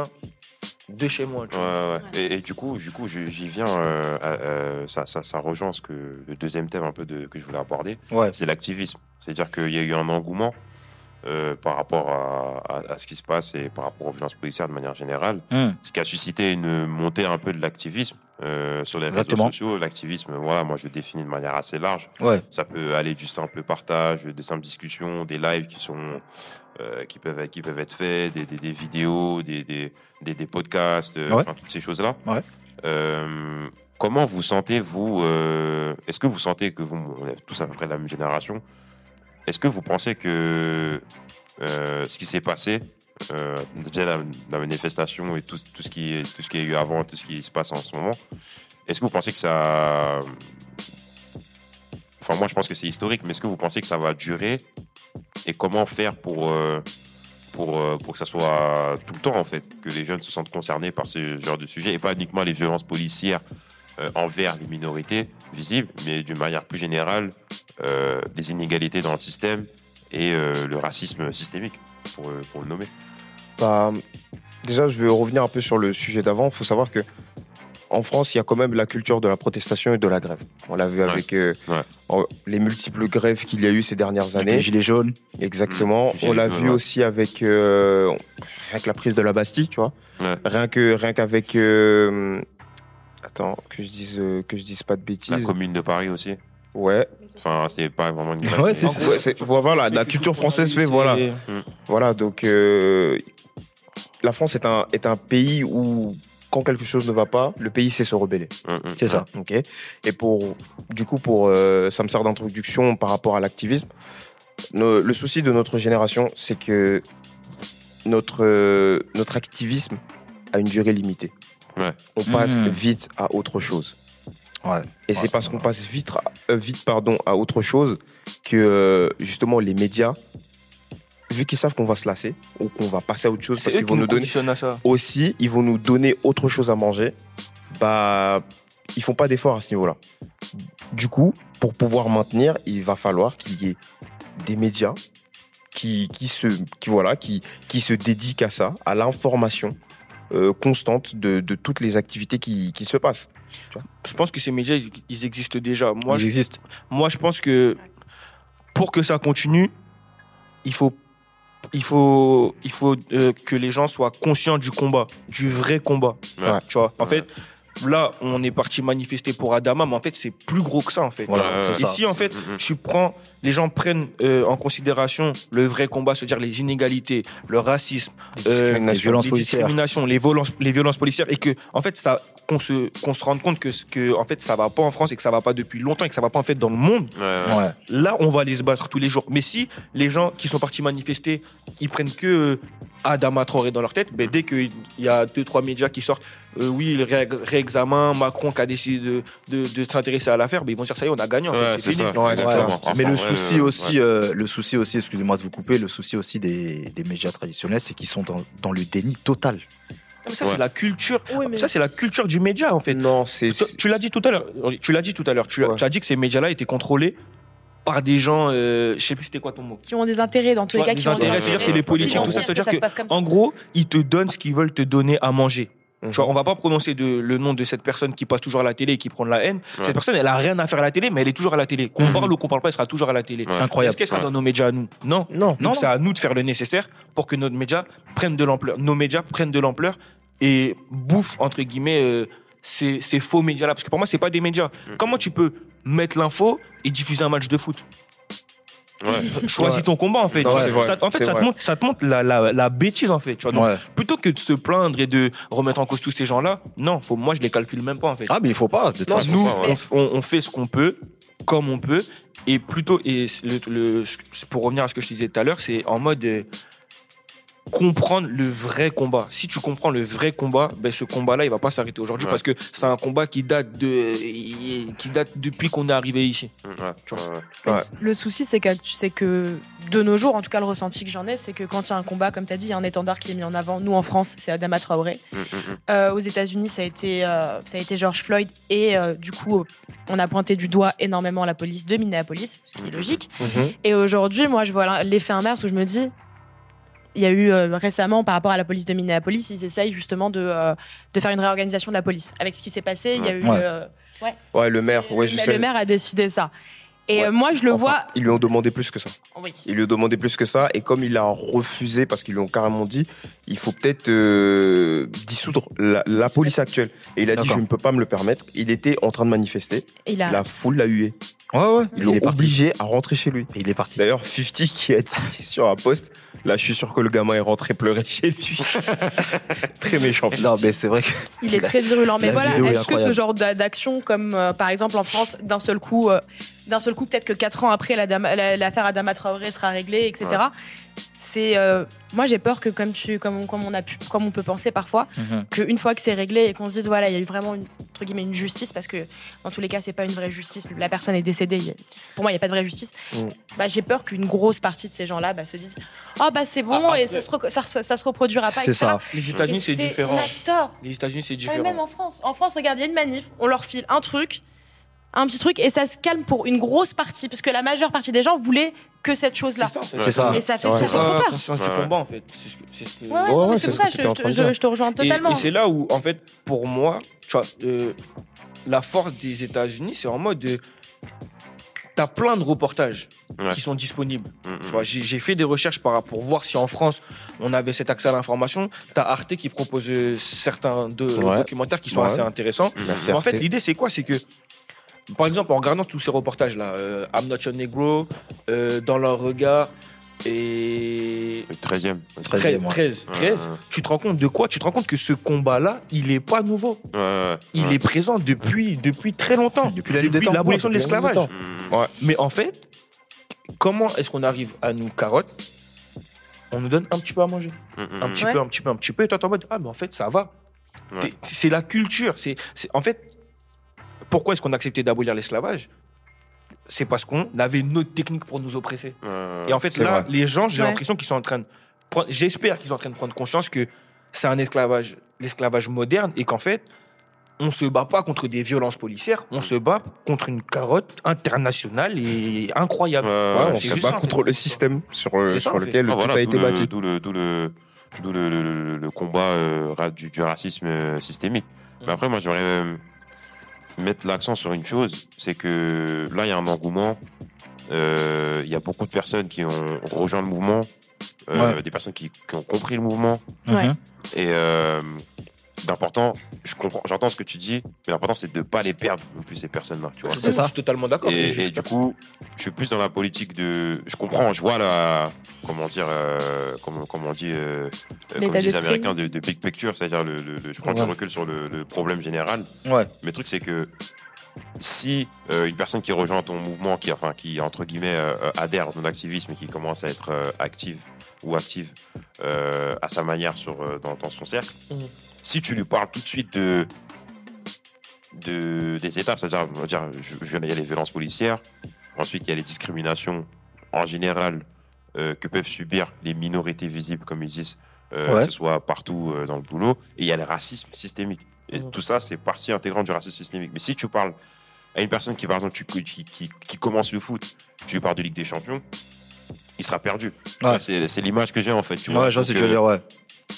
de chez moi. Tu Ouais, vois. ouais. Et, et du coup, du coup, je- j'y viens. Euh, à- euh, ça, ça, ça rejoint ce que le deuxième thème un peu de que je voulais aborder, Ouais. c'est l'activisme. C'est-à-dire qu'il y a eu un engouement euh, par rapport à, à, à ce qui se passe et par rapport aux violences policières de manière générale, Mhm. ce qui a suscité une montée un peu de l'activisme euh, sur les Exactement. réseaux sociaux. L'activisme, voilà, moi je le définis de manière assez large. Ouais. Ça peut aller du simple partage, des simples discussions, des lives qui sont euh, qui peuvent qui peuvent être faits, des, des, des vidéos, des, des, des, des podcasts, euh, Ouais. enfin toutes ces choses-là. Ouais. Euh, comment vous sentez vous euh, Est-ce que vous sentez que vous, on est tous à peu près de la même génération. Est-ce que vous pensez que euh, ce qui s'est passé, euh, déjà la, la manifestation et tout, tout ce qui tout ce qui a eu avant, tout ce qui se passe en ce moment, est-ce que vous pensez que ça Enfin, moi, je pense que c'est historique, mais est-ce que vous pensez que ça va durer? Et comment faire pour, euh, pour, euh, pour que ça soit tout le temps, en fait, que les jeunes se sentent concernés par ce genre de sujet, et pas uniquement les violences policières euh, envers les minorités visibles, mais d'une manière plus générale, euh, les inégalités dans le système et euh, le racisme systémique, pour, euh, pour le nommer. Bah, déjà, je vais revenir un peu sur le sujet d'avant. Il faut savoir que en France, il y a quand même la culture de la protestation et de la grève. On l'a vu Ouais. avec euh, Ouais. en- les multiples grèves qu'il y a eu ces dernières Les années. gilets jaunes. Exactement. Mmh. On l'a Gilets vu jaunes, aussi avec euh, rien que la prise de la Bastille, tu vois. Ouais. Rien que rien qu'avec euh, attends que je dise euh, que je dise pas de La bêtises. Commune de Paris aussi. Ouais. Enfin, c'est pas vraiment une grève. Ouais, mais- c'est ça. Ouais, c'est- voilà, la culture française fait voilà. Et- Voilà, donc euh, la France est un est un pays où quand quelque chose ne va pas, le pays sait se rebeller. Hum, hum, C'est ça. Ok. Et pour, du coup, pour, euh, ça me sert d'introduction par rapport à l'activisme. No- le souci de notre génération, c'est que notre, euh, notre activisme a une durée limitée. Ouais. On passe Mhm. vite à autre chose. Ouais. Et c'est parce qu'on passe vite, à- euh, vite, pardon, à autre chose que, euh, justement, les médias, vu qu'ils savent qu'on va se lasser ou qu'on va passer à autre chose, C'est parce eux qu'ils qui vont nous nous donner conditionnent à ça. aussi, ils vont nous donner autre chose à manger, bah, ils font pas d'efforts à ce niveau-là. Du coup, pour pouvoir maintenir, il va falloir qu'il y ait des médias qui, qui se, qui voilà, qui, qui se dédient qu'à ça, à l'information euh, constante de, de toutes les activités qui, qui se passent. Je pense que ces médias, ils, ils existent déjà. Moi, Ils je, existent. moi, je pense que pour que ça continue, il faut, il faut, il faut euh, que les gens soient conscients du combat, du vrai combat. Ouais. Tu vois. En Ouais. fait, là, on est parti manifester pour Adama, mais en fait, c'est plus gros que ça, en fait. Voilà, Ouais, c'est ouais. Et ça. si en fait Mhm. tu prends, les gens prennent euh, en considération le vrai combat, c'est-à-dire les inégalités, le racisme, euh, discriminations. Les violences les policières. discriminations, les violences, les violences policières, et que en fait ça, qu'on se, qu'on se rende compte que, que en fait ça va pas en France et que ça va pas depuis longtemps et que ça va pas en fait dans le monde. Ouais, ouais. Ouais. Là, on va aller se battre tous les jours. Mais si les gens qui sont partis manifester, ils prennent que euh, Adama Traoré dans leur tête, ben, dès qu'il y a deux, trois médias qui sortent, euh, oui, le ré- réexamen, Macron qui a décidé de, de, de s'intéresser à l'affaire, ben, ils vont dire ça y est, on a gagné. En Ouais, fait, c'est fini. ça. Ouais, exactement. Mais Enfin, le ouais, souci euh, aussi, ouais. euh, le souci aussi, excusez-moi de vous couper, le souci aussi des, des médias traditionnels, c'est qu'ils sont dans, dans le déni total. Mais ça, Ouais. c'est la culture. Oui, mais- Ça, c'est la culture du média, en fait. Non, c'est... Tu, tu l'as dit tout à l'heure. Tu l'as dit tout à l'heure. Tu, as- Ouais. tu as dit que ces médias-là étaient contrôlés par des gens. Euh, je sais plus c'était quoi ton mot. Qui ont des intérêts dans tous Tu les vois, cas. des qui ont intérêts, des- c'est-à-dire c'est Ouais. les politiques, Qui tout vont ça, dire c'est-à-dire que ça que, se passe comme ça. en gros, ils te donnent ce qu'ils veulent te donner à manger. Mhm. Tu vois, on va pas prononcer de, le nom de cette personne qui passe toujours à la télé et qui prend de la haine. Ouais. Cette personne, elle a rien à faire à la télé, mais elle est toujours à la télé. Qu'on Mhm. parle ou qu'on parle pas, elle sera toujours à la télé. Ouais. Incroyable. Est-ce qu'elle sera Ouais. dans nos médias à nous? Non. Non. Donc Non, c'est à nous de faire le nécessaire pour que notre média prenne de l'ampleur. Nos médias prennent de l'ampleur et bouffent, entre guillemets, euh, ces, ces faux médias-là. Parce que pour moi, c'est pas des médias. Comment tu peux mettre l'info et diffuser un match de foot? Ouais. Choisis Ouais. ton combat, en fait. Non, Tu vois, c'est vrai. ça- en fait, C'est ça te, vrai. montre, ça te montre la, la, la bêtise, en fait. Tu vois. Donc, Ouais. plutôt que de se plaindre et de remettre en cause tous ces gens-là, non, faut, moi, je les calcule même pas, en fait. Ah, mais il faut pas. De toute Non, façon. faut Nous, pas, ouais. on, f- on- on fait ce qu'on peut, comme on peut, et plutôt, et le, le- pour revenir à ce que je disais tout à l'heure, c'est en mode euh, comprendre le vrai combat. Si tu comprends le vrai combat, ben ce combat-là, il va pas s'arrêter aujourd'hui Ouais. parce que c'est un combat qui date de, qui date depuis qu'on est arrivé ici. Ouais. Tu vois. Ouais. Ouais. Le souci, c'est que, c'est que de nos jours, en tout cas, le ressenti que j'en ai, c'est que quand il y a un combat, comme tu as dit, il y a un étendard qui est mis en avant. Nous, en France, c'est Adama Traoré. Mm, mm, mm. Euh, aux États-Unis, ça a été, euh, ça a été George Floyd. Et euh, du coup, on a pointé du doigt énormément la police de Minneapolis, ce qui est logique. Mhm. Et aujourd'hui, moi, je vois l'effet inverse où je me dis, il y a eu euh, récemment, par rapport à la police de Minneapolis, ils essayent justement de, euh, de faire une réorganisation de la police. Avec ce qui s'est passé, il y a eu. Ouais. euh, ouais, Ouais, le maire, ouais, je le, sais. le maire a décidé ça. Et Ouais. euh, moi, je le Enfin, vois. Ils lui ont demandé plus que ça. Oui. Ils lui ont demandé plus que ça. Et comme il a refusé, parce qu'ils lui ont carrément dit, il faut peut-être euh, dissoudre la, la police actuelle. Et il a dit, D'accord. je ne peux pas me le permettre. Il était en train de manifester. Il a. La foule l'a hué. Ouais, ouais. Ils Il l'ont est parti. obligé à rentrer chez lui. Et il est parti. D'ailleurs, cinquante qui a dit sur un post, là, je suis sûr que le gamin est rentré pleurer chez lui. Très méchant. Non, cinquante. mais c'est vrai que. Il est très virulent. Mais La voilà, vidéo est est-ce que ce incroyable. genre d'a- d'action, comme euh, par exemple en France, d'un seul coup, euh, d'un seul coup, peut-être que quatre ans après, la dame- la- l'affaire Adama Traoré sera réglée, et cetera. C'est, euh, moi, j'ai peur que comme tu, comme on, comme on a pu, comme on peut penser parfois, Mhm. qu'une fois que c'est réglé et qu'on se dise voilà, il y a eu vraiment une, entre guillemets une justice, parce que dans tous les cas, c'est pas une vraie justice. La personne est décédée. il y a- pour moi, il y a pas de vraie justice. Mm. Bah, j'ai peur qu'une grosse partie de ces gens-là bah, se disent oh bah c'est bon Ah, après- et ça se, re- ça, se- ça se reproduira pas. C'est et cetera. ça. Les États-Unis, Et c'est différent. On a tort. Les États-Unis, c'est Ouais, différent. même en France. En France, regarde, il y a une manif, on leur file un truc, un petit truc, et ça se calme pour une grosse partie, parce que la majeure partie des gens voulaient que cette chose-là. C'est ça, en fait. C'est ça. Et ça fait, Ouais. ça fait C'est trop ça, peur. conscience du Ouais. combat, en fait. C'est ce que- c'est ce que- Ouais, ouais, Ouais, non, mais ouais, c'est c'est pour ce ça, que je, t'étais en train de je- dire. je te rejoins Et- totalement. Et, c'est là où, en fait, pour moi, tu vois, euh, la force des États-Unis, c'est en mode de. T'as plein de reportages Ouais. qui sont disponibles. Mm, mm. Tu vois, j'ai j'ai fait des recherches par rapport pour voir si en France on avait cet accès à l'information. T'as Arte qui propose euh, certains de, Ouais. documentaires qui sont Ouais. assez intéressants. Merci, Mais en fait, Arte. l'idée c'est quoi? C'est que, par exemple, en regardant tous ces reportages là, euh, I'm Not Your Negro, euh, Dans leur regard et Le treizième. treizième, ouais. treize, treize, Ouais. tu te rends compte de quoi? Tu te rends compte que ce combat-là, il est pas nouveau. Ouais, ouais. Il Ouais. est présent depuis, depuis très longtemps. Depuis la nuit des temps. l'abolition de Depuis la nuit des l'esclavage. temps. Mm. Mais en fait, comment est-ce qu'on arrive à nous carottes? On nous donne un petit peu à manger. Mm, mm, Un mm. petit Ouais. peu, un petit peu, un petit peu. Et toi, t'es en mode, ah, mais en fait, ça va. Ouais. T'es- C'est la culture. C'est, c'est, en fait, pourquoi est-ce qu'on a accepté d'abolir l'esclavage? C'est parce qu'on avait une autre technique pour nous oppresser. Ouais. Et en fait, c'est là, vrai. les gens, j'ai Ouais. l'impression qu'ils sont en train de prendre, j'espère qu'ils sont en train de prendre conscience que c'est un esclavage, l'esclavage moderne et qu'en fait, on se bat pas contre des violences policières, on se bat contre une carotte internationale et incroyable. Ouais, Ouais, on c'est se juste bat ça, en contre fait. le système sur, euh, C'est ça, sur en fait. lequel Ah, tout voilà, a d'où été le- bâti. D'où le, d'où le, d'où le, le, le- le combat euh, ra- du, du racisme euh, systémique. Mais après, moi, j'aimerais euh, mettre l'accent sur une chose, c'est que là, il y a un engouement. euh, Il y a beaucoup de personnes qui ont rejoint le mouvement, euh, Ouais. des personnes qui, qui ont compris le mouvement. Ouais. Mhm. Et euh, l'important, je comprends, j'entends ce que tu dis, mais l'important, c'est de ne pas les perdre non plus, ces personnes-là. Tu vois. C'est ça. Je suis totalement d'accord. Et, Je- et du coup, je suis plus dans la politique de. Je comprends, je vois la. Comment dire. Euh, comment, comment on dit. Euh, euh, comme L'état disent les d'esprit. Américains, de, de big picture, c'est-à-dire le, le- le- je prends Ouais. du recul sur le, le problème général. Ouais. Mais le truc, c'est que si euh, une personne qui rejoint ton mouvement, qui, enfin, qui entre guillemets, euh, euh, adhère à ton activisme et qui commence à être euh, active ou active euh, à sa manière sur, euh, dans, dans son cercle, Mhm. si tu lui parles tout de suite de. De, des étapes, c'est-à-dire, on va dire, je- je- il y a les violences policières, ensuite il y a les discriminations en général euh, que peuvent subir les minorités visibles, comme ils disent, euh, Ouais. que ce soit partout euh, dans le boulot, et il y a le racisme systémique. Et Mhm. tout ça, c'est partie intégrante du racisme systémique. Mais si tu parles à une personne qui, par exemple, tu- qui, qui, qui commence le foot, tu lui parles de Ligue des Champions, il sera perdu. Tu vois, C'est c'est l'image que j'ai en fait. Tu vois. Ouais, je vois ce que Donc, tu veux dire, ouais.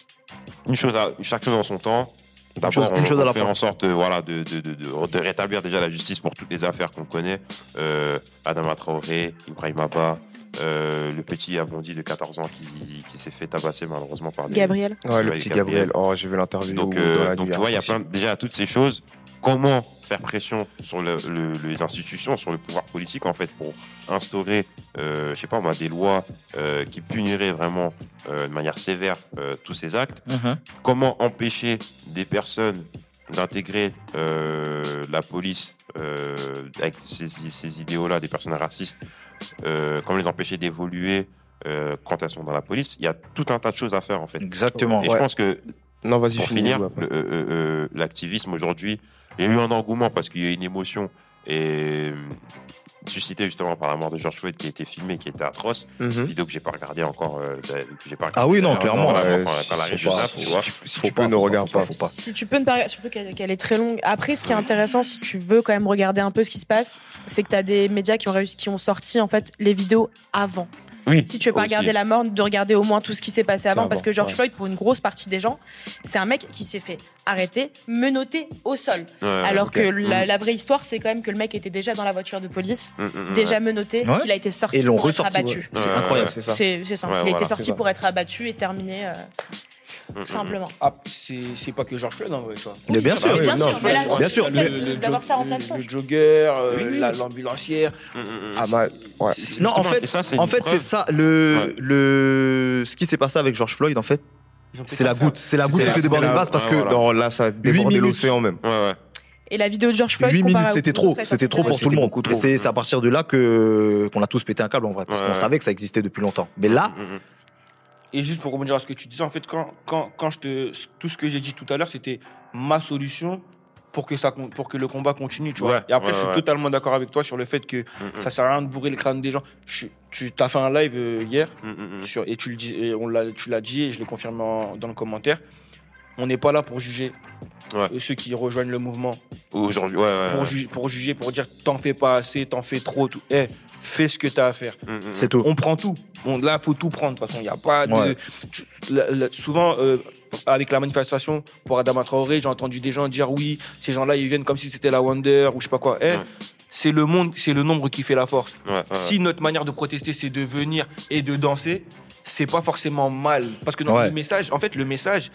une chose à, chaque chose en son temps. D'abord, chose- une on, chose à on la fait fois. en sorte euh, voilà, de, de, de, de, de rétablir déjà la justice pour toutes les affaires qu'on connaît. Euh, Adama Traoré, Ibrahim Abba, euh, le petit Abondi de quatorze ans qui, qui s'est fait tabasser malheureusement par des... Gabriel. Ouais, le Ouais, petit Gabriel. Gabriel. Oh, j'ai vu l'interview Donc, dans euh, la donc nuit, tu vois, il y a impossible. plein, déjà toutes ces choses. Comment faire pression sur le, le- les institutions, sur le pouvoir politique, en fait, pour instaurer, euh, je sais pas moi, des lois euh, qui puniraient vraiment euh, de manière sévère euh, tous ces actes. Mhm. Comment empêcher des personnes d'intégrer euh, la police euh, avec ces, ces idéaux-là, des personnes racistes, euh, comment les empêcher d'évoluer euh, quand elles sont dans la police. Il y a tout un tas de choses à faire, en fait. Exactement. Et Ouais. je pense que Non, vas-y, pour finis. finir, Lou, après. le- euh, euh, euh, l'activisme aujourd'hui, il y a eu un engouement parce qu'il y a une émotion et euh, suscité justement par la mort de George Floyd qui a été filmée, qui était atroce. Mhm. Vidéo que j'ai pas regardé encore, euh, que j'ai pas regardé. Ah oui, non, Euh, clairement, quand, ouais, quand- quand la faut riche pas, zappe, faut- tu vois. si Si Faut tu pas, peux, ne faut regarde pas, pas. faut pas. Si tu peux ne pas, surtout qu'elle qu'elle est très longue. Après, ce qui est intéressant, si tu veux quand même regarder un peu ce qui se passe, c'est que tu as des médias qui ont réussi, qui ont sorti en fait les vidéos avant. Oui. Si tu veux pas aussi. regarder la mort, de regarder au moins tout ce qui s'est passé avant, avant, parce que George ouais. Floyd, pour une grosse partie des gens, c'est un mec qui s'est fait arrêter, menotté au sol. Ouais, ouais, Alors ok. que la, Mm, la vraie histoire, c'est quand même que le mec était déjà dans la voiture de police, mm, mm, mm, déjà ouais. menotté, Ouais. qu'il a été sorti Et l'ont pour être ressorti. abattu. ouais. C'est Ouais, incroyable. ouais, C'est ça. C'est c'est ça. Ouais, il a voilà, été c'est sorti ça. pour être abattu et terminé euh, Mm, tout simplement. Ah, c'est c'est pas que George Floyd en vrai, tu vois. Mais bien Oui, sûr. mais bien non, sûr, mais là, bien le sûr. fait Le- de- le d'avoir jog- ça en le- plateforme. Le jogger, euh, Oui, oui. la- l'ambulancière. mm, mm, mm. Ah, bah, ouais. C'est Non, en justement- fait, et ça, c'est en une fait, preuve. c'est ça. Le, Ouais. le, ce qui s'est passé avec George Floyd, en fait, Ils ont c'est la fait ça. goutte. C'est la goutte C'était qui fait la- déborder le c'était la- vase parce ouais, que voilà. Non, là, ça a débordé minutes. l'océan même. Ouais, ouais. Et la vidéo de George Floyd, huit comparée minutes, aux c'était autres, trop. elle C'était sortit trop pour direct. tout le monde. beaucoup trop. Et c'est c'est à partir de là que, qu'on a tous pété un câble, en vrai. Parce Ouais, qu'on ouais. savait que ça existait depuis longtemps. Mais là, Mm, mm. Et juste pour rebondir à ce que tu disais, en fait, quand, quand, quand je te, tout ce que j'ai dit tout à l'heure, c'était ma solution pour que, ça, con- pour que le combat continue, tu vois. Ouais, Et après, ouais, je suis ouais. totalement d'accord avec toi sur le fait que Mm, mm. ça sert à rien de bourrer le crâne des gens. Je, tu as fait un live euh, hier Mm, mm, mm. sur, et, tu le dis, et on l'a, tu l'as dit et je l'ai confirmé en- dans le commentaire. On n'est pas là pour juger Ouais. euh, ceux qui rejoignent le mouvement. Aujourd'hui, ouais, ouais. Pour, ouais. ju- pour juger, pour dire t'en fais pas assez, t'en fais trop. Tout. Eh, fais ce que t'as à faire. Mm, mm, c'est tout. On prend tout. On, là, faut tout prendre. De toute façon, il y a pas de. Ouais. tu- la- la- souvent, euh, avec la manifestation pour Adama Traoré, j'ai entendu des gens dire oui, ces gens-là, ils viennent comme si c'était la Wonder ou je sais pas quoi. Eh, Ouais. c'est le monde, c'est le nombre qui fait la force. Ouais, ouais. Si notre manière de protester, c'est de venir et de danser, c'est pas forcément mal. Parce que dans Ouais. le message, en fait, le message,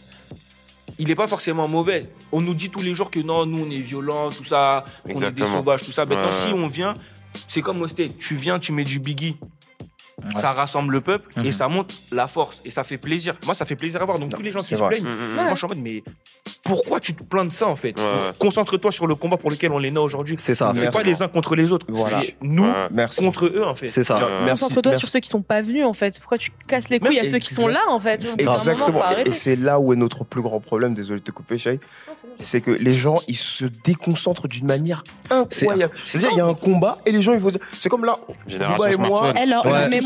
il est pas forcément mauvais. On nous dit tous les jours que non, nous, on est violents, tout ça, qu'on est des Exactement. sauvages, tout ça. Maintenant, Ouais. si on vient, c'est comme au States. Tu viens, tu mets du Biggie. Ouais. Ça rassemble le peuple et Mhm. ça montre la force et ça fait plaisir. Moi, ça fait plaisir à voir. Donc, tous les gens qui c'est se vrai. plaignent, Mm, mm, mm. moi, je suis en mode, mais pourquoi tu te plains de ça, en fait? Ouais, ouais. Concentre-toi sur le combat pour lequel on est né aujourd'hui. C'est ça. C'est Merci. pas les uns contre les autres. Voilà. C'est nous Ouais. Merci. contre eux, en fait. C'est ça. Ouais. Merci. Concentre-toi merci. sur ceux qui sont pas venus en fait. Pourquoi tu casses les couilles Même à ceux qui sont là en fait? Au bout d'un moment, faut Exactement. arrêter. Et c'est là où est notre plus grand problème, désolé de te couper, Chay, c'est que les gens, ils se déconcentrent d'une manière incroyable. C'est-à-dire, il y a un combat et les gens, ils vont dire, c'est comme là, Génération Booba et moi, smartphone. Alors, Ouais, mais c'est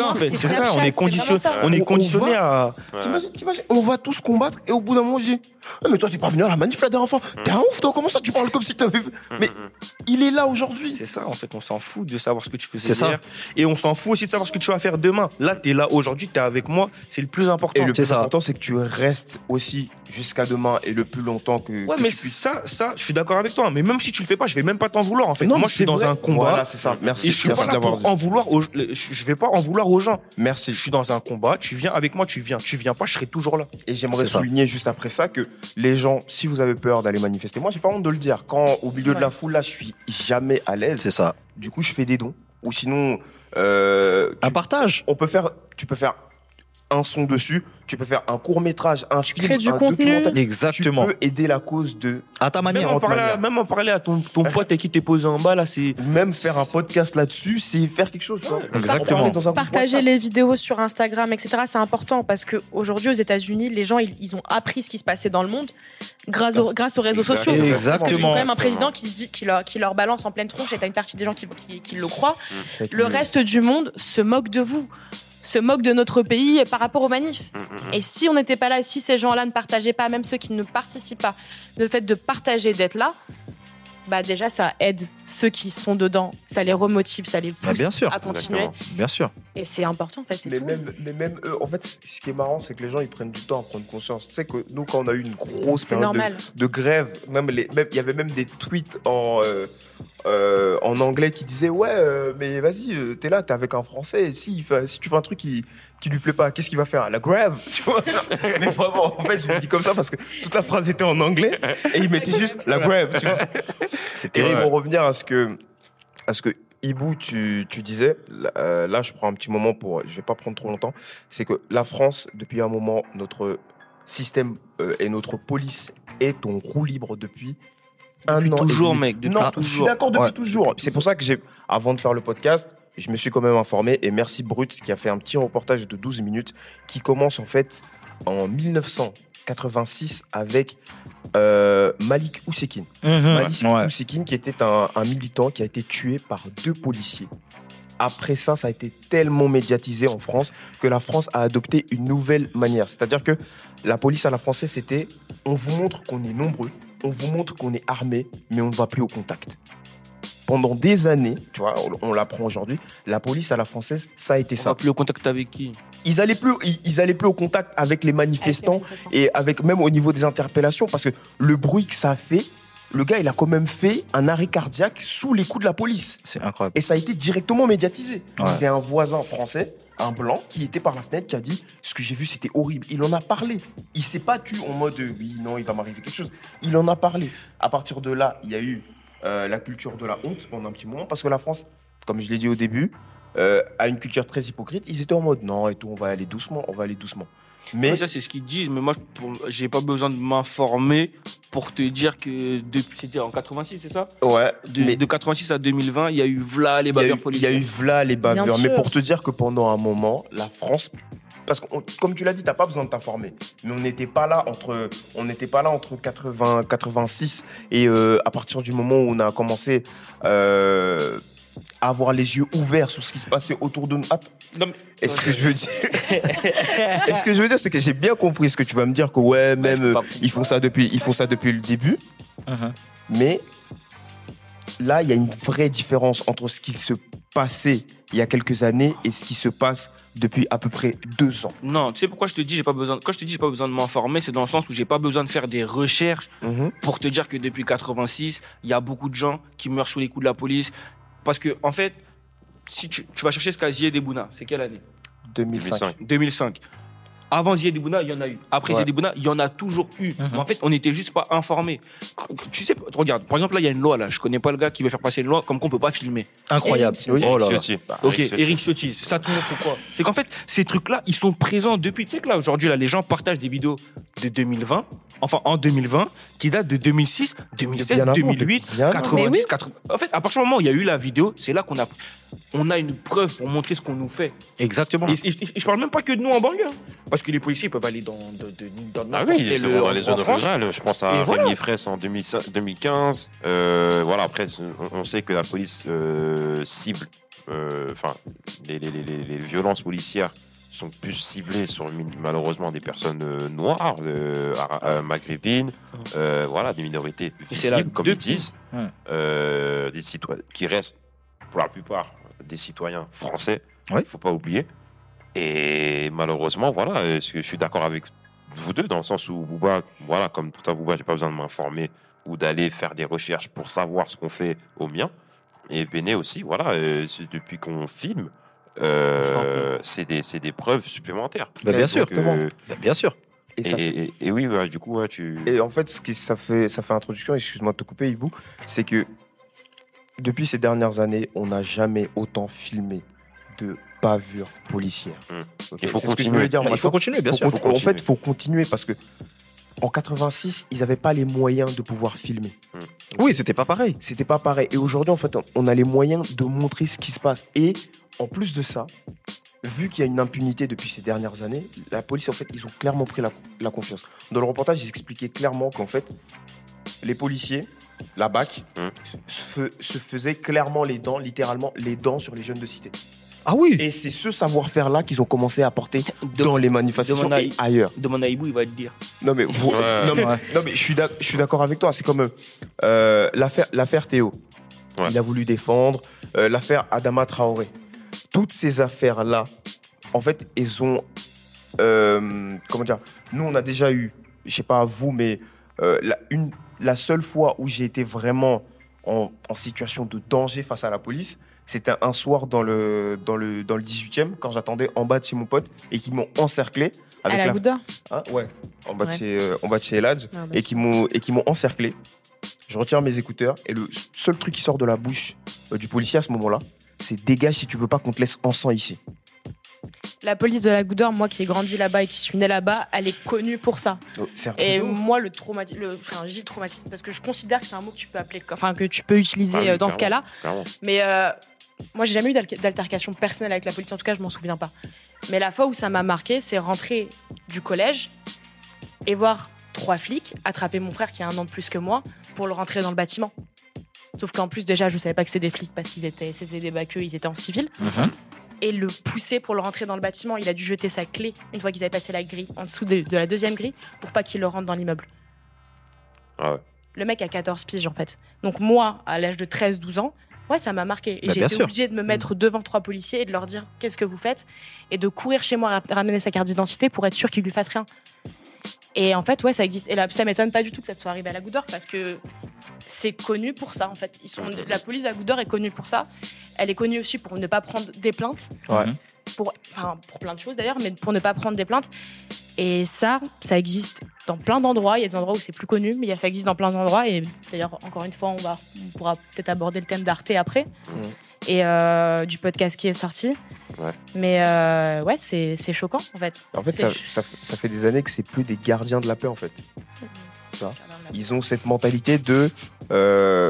ça en fait, c'est c'est ça. Snapchat, On est c'est conditionné, vraiment ça. on est On- conditionné on à. T'imagines, t'imagines, on va tous combattre et au bout d'un moment, je dis ah, mais toi, t'es pas venu à la manif la dernière fois. T'es un ouf, toi, comment ça, tu parles comme si t'avais. Mais il est là aujourd'hui. C'est ça, en fait, on s'en fout de savoir ce que tu faisais C'est ça. hier. Et on s'en fout aussi de savoir ce que tu vas faire demain. Là, t'es là aujourd'hui, t'es avec moi, c'est le plus important. Et le C'est plus ça. important, c'est que tu restes aussi jusqu'à demain et le plus longtemps que. Ouais, que mais tu puisses. ça, ça, je suis d'accord avec toi. Mais même si tu le fais pas, je vais même pas t'en vouloir. En fait, Non, moi, mais je suis c'est dans vrai. un combat. Voilà, c'est ça. Merci. Et je suis Merci pas là de l'avoir pour dit. en vouloir aux, je vais pas en vouloir aux gens. Merci. Je suis dans un combat, tu viens avec moi, tu viens. Tu viens pas, je serai toujours là. Et j'aimerais C'est ça. souligner juste après ça que les gens, si vous avez peur d'aller manifester, moi j'ai pas honte de le dire. Quand au milieu de la foule là, je suis jamais à l'aise. C'est ça. Du coup, je fais des dons. Ou sinon, euh, tu- Un partage. on peut faire, tu peux faire un son dessus, tu peux faire un court métrage, un film, crées du un contenu. documentaire. Exactement. Tu peux aider la cause de, À ta Même manière. en, autre parler à, manière. même en parler à ton, ton pote avec qui t'es posé en bas, là, c'est. même faire un podcast là-dessus, c'est faire quelque chose. Tu vois. exactement. Parler dans un groupe Partager WhatsApp. les vidéos sur Instagram, et cetera, c'est important parce qu'aujourd'hui, aux États-Unis, les gens, ils, ils ont appris ce qui se passait dans le monde grâce, au- grâce aux réseaux Exact- sociaux. Exactement. Parce qu'ils ont quand même un Exactement. président qui, se dit, qui, leur, qui leur balance en pleine tronche et t'as une partie des gens qui, qui, qui le croient. Faites Le mieux. reste du monde se moque de vous, se moque de notre pays par rapport aux manifs. Et si on n'était pas là, si ces gens-là ne partageaient pas, même ceux qui ne participent pas, le fait de partager, d'être là, bah déjà ça aide ceux qui sont dedans, ça les remotive, ça les pousse Bah, bien sûr. à continuer. Exactement. Bien sûr. Et c'est important en fait, c'est Mais tout. même, mais même eux, en fait, ce qui est marrant, c'est que les gens, ils prennent du temps à prendre conscience. Tu sais que nous, quand on a eu une grosse C'est période de, normal. de grève, même les, même, il y avait même des tweets en, euh, euh, en anglais qui disaient, ouais, euh, mais vas-y, euh, t'es là, t'es avec un Français, si, il fait- si tu fais un truc qui, qui lui plaît pas, qu'est-ce qu'il va faire? La grève, tu vois? Mais vraiment, en fait, je me dis comme ça parce que toute la phrase était en anglais et il mettait juste la grève, tu vois? C'était Et ils vont revenir à ce que, à ce que Ibou, tu, tu disais. Là, euh, là, je prends un petit moment pour, je vais pas prendre trop longtemps. C'est que la France, depuis un moment, notre système euh, et notre police est en roue libre depuis un Depuis an. et toujours, demi. mec, depuis non, je toujours. suis d'accord depuis Ouais. toujours. C'est pour ça que j'ai, avant de faire le podcast, je me suis quand même informé et merci Brut qui a fait un petit reportage de douze minutes qui commence en fait en mille neuf cent quatre-vingt-six avec euh, Malik Oussekine. Malik Ouais. Oussekine qui était un, un militant qui a été tué par deux policiers. Après ça, ça a été tellement médiatisé en France que la France a adopté une nouvelle manière. C'est-à-dire que la police à la française, c'était on vous montre qu'on est nombreux, on vous montre qu'on est armé, mais on ne va plus au contact. Pendant des années, tu vois, on, on l'apprend aujourd'hui, la police à la française, ça a été On ça. va plus au contact avec qui? Ils allaient plus, ils, ils allaient plus au contact avec les manifestants et avec même au niveau des interpellations parce que le bruit que ça a fait, le gars, il a quand même fait un arrêt cardiaque sous les coups de la police. C'est incroyable. Et ça a été directement médiatisé. Ouais. C'est un voisin français, un blanc, qui était par la fenêtre, qui a dit ce que j'ai vu, c'était horrible. Il en a parlé. Il s'est pas tué en mode euh, oui, non, il va m'arriver quelque chose. Il en a parlé. À partir de là, il y a eu euh, la culture de la honte pendant un petit moment parce que la France, comme je l'ai dit au début, euh, a une culture très hypocrite. Ils étaient en mode non et tout, on va aller doucement, on va aller doucement. Mais Ouais, ça, c'est ce qu'ils disent, mais moi, je- pour- j'ai pas besoin de m'informer pour te dire que depuis, c'était en quatre-vingt-six, c'est ça? ouais, De, mais de quatre-vingt-six à deux mille vingt, il y a eu v'là les il y a eu- bavures il y policières. a eu v'là les bavures. Bien Mais sûr. pour te dire que pendant un moment, la France, parce que on- comme tu l'as dit, t'as pas besoin de t'informer. Mais on n'était pas là entre, on n'était pas là entre quatre-vingts, quatre-vingt-six et euh, à partir du moment où on a commencé euh, à avoir les yeux ouverts sur ce qui se passait autour de nous. Attends, Non, mais- et ce que je veux dire, et ce que je veux dire, c'est que j'ai bien compris ce que tu vas me dire que ouais, même je peux euh, pas- ils font ça depuis, ils font ça depuis le début. Mhm. Mais là, il y a une vraie différence entre ce qui se passait il y a quelques années et ce qui se passe depuis à peu près deux ans. Non, tu sais pourquoi je te dis j'ai pas besoin. Quand je te dis j'ai pas besoin de m'informer, c'est dans le sens où j'ai pas besoin de faire des recherches Mhm. pour te dire que depuis quatre-vingt-six, il y a beaucoup de gens qui meurent sous les coups de la police. Parce que en fait, si tu, tu vas chercher ce qu'a Zied Bouna, c'est quelle année? deux mille cinq. deux mille cinq. Avant Zied Bouna, il y en a eu. Après Ouais. Zied Bouna, il y en a toujours eu. Mais en fait, on n'était juste pas informés. Tu sais, regarde, par exemple, là, il y a une loi, là. Je connais pas le gars qui veut faire passer une loi comme qu'on peut pas filmer. Incroyable. Eric Oh là là. Ciotti. Ok, Eric Ciotti. Eric Ciotti, ça te montre quoi? C'est qu'en fait, ces trucs-là, ils sont présents depuis, tu sais que là, aujourd'hui, là, les gens partagent des vidéos de deux mille vingt, enfin, en deux mille vingt, qui datent de deux mille six, deux mille sept, Bien avant, deux mille huit, depuis bien avant. quatre-vingt-dix, Mais oui. quatre-vingts. En fait, à partir du moment où il y a eu la vidéo, c'est là qu'on a, on a une preuve pour montrer ce qu'on nous fait. Exactement. Et, et- et je parle même pas que de nous en banlieue, hein. Parce que les policiers peuvent aller dans, de, de, dans Ah n'importe oui, quel, c'est euh, dans les en zones France. rurales. Je pense Et à voilà. Rémi Fraisse en deux mille cinq deux mille quinze. Euh, voilà, après, on- on sait que la police euh, cible enfin, les, les, les, les violences policières sont plus ciblées sur malheureusement des personnes euh, noires, euh, euh, maghrébines, euh, voilà, des minorités visibles, comme ils disent, ouais. euh, des citoyens qui restent pour la plupart des citoyens français. Il ouais. ne faut pas oublier. Et malheureusement, voilà, je suis d'accord avec vous deux dans le sens où Booba, voilà, comme tout à Booba, j'ai pas besoin de m'informer ou d'aller faire des recherches pour savoir ce qu'on fait au mien. Et Béné aussi, voilà, euh, depuis qu'on filme. Euh, c'est des c'est des preuves supplémentaires. Bah bien sûr, euh, bah bien sûr. Et, et, fait... et, et oui, bah, du coup, ouais, tu. Et en fait, ce qui ça fait ça fait introduction. Excuse-moi de te couper, Ibou. C'est que depuis ces dernières années, on n'a jamais autant filmé de bavures policières. Mmh. Okay, il faut continuer. Dire, bah, il faut continuer, bien sûr. Faut con... En fait, il faut continuer parce que en quatre-vingt-six, ils n'avaient pas les moyens de pouvoir filmer. Mmh. Oui, c'était pas pareil. C'était pas pareil. Et aujourd'hui, en fait, on a les moyens de montrer ce qui se passe. Et en plus de ça, vu qu'il y a une impunité depuis ces dernières années, la police, en fait, ils ont clairement pris la, la confiance. Dans le reportage, ils expliquaient clairement qu'en fait, les policiers, la B A C, mmh. se, se faisaient clairement les dents, littéralement les dents sur les jeunes de cité. Ah oui. Et c'est ce savoir-faire-là qu'ils ont commencé à apporter de, dans les manifestations et ailleurs. Demande à Ibou, il va te dire. Non mais, vous, ouais. non, mais ouais. non mais je suis d'accord, je suis d'accord avec toi. C'est comme euh, l'affaire, l'affaire Théo. Ouais. Il a voulu défendre euh, l'affaire Adama Traoré. Toutes ces affaires-là, en fait, elles ont, euh, comment dire, nous on a déjà eu, je sais pas vous, mais euh, la, une, la seule fois où j'ai été vraiment en, en situation de danger face à la police, c'était un soir dans le, dans le, dans le dix-huitième, quand j'attendais en bas de chez mon pote et qu'ils m'ont encerclé. Avec à la Gouda hein, ouais, en bas, ouais. De chez, euh, en bas de chez Eladj, ah, bah. et qui m'ont, et qui m'ont encerclé. Je retire mes écouteurs et le seul truc qui sort de la bouche euh, du policier à ce moment-là, c'est dégage si tu veux pas qu'on te laisse en sang ici. La police de la Gouda, moi qui ai grandi là-bas et qui suis né là-bas, elle est connue pour ça. Oh, et moi, le traumatisme, le, enfin, j'ai le traumatisme parce que je considère que c'est un mot que tu peux appeler, enfin que tu peux utiliser ah oui, dans ce cas-là. Clairement. Mais euh, moi, j'ai jamais eu d'altercation personnelle avec la police. En tout cas, je m'en souviens pas. Mais la fois où ça m'a marqué, c'est rentrer du collège et voir trois flics attraper mon frère qui a un an de plus que moi pour le rentrer dans le bâtiment. Sauf qu'en plus, déjà, je savais pas que c'était des flics parce qu'ils étaient, c'était des baqueux, ils étaient en civil. Mm-hmm. Et le pousser pour le rentrer dans le bâtiment, il a dû jeter sa clé une fois qu'ils avaient passé la grille en dessous de, de la deuxième grille pour pas qu'il le rentre dans l'immeuble. Ah ouais. Le mec a quatorze piges en fait. Donc moi, à l'âge de treize douze ans, ouais, ça m'a marqué. Et bah, j'ai été sûr. obligée de me mettre mmh. devant trois policiers et de leur dire qu'est-ce que vous faites et de courir chez moi ramener sa carte d'identité pour être sûr qu'ils lui fassent rien. Et en fait, ouais, ça existe. Et là, ça m'étonne pas du tout que ça soit arrivé à la Goutte d'Or parce que c'est connu pour ça, en fait. Ils sont, la police de la Goutte d'Or est connue pour ça. Elle est connue aussi pour ne pas prendre des plaintes. Ouais. Pour, enfin, pour plein de choses d'ailleurs, mais pour ne pas prendre des plaintes. Et ça, ça existe dans plein d'endroits. Il y a des endroits où c'est plus connu, mais ça existe dans plein d'endroits. Et d'ailleurs, encore une fois, on, va, on pourra peut-être aborder le thème d'Arte après. Mmh. Et euh, du podcast qui est sorti. Ouais. Mais euh, ouais, c'est, c'est choquant en fait. En fait, ça, ça, ça fait des années que c'est plus des gardiens de la paix en fait. Mmh. Ils ont cette mentalité de. Euh,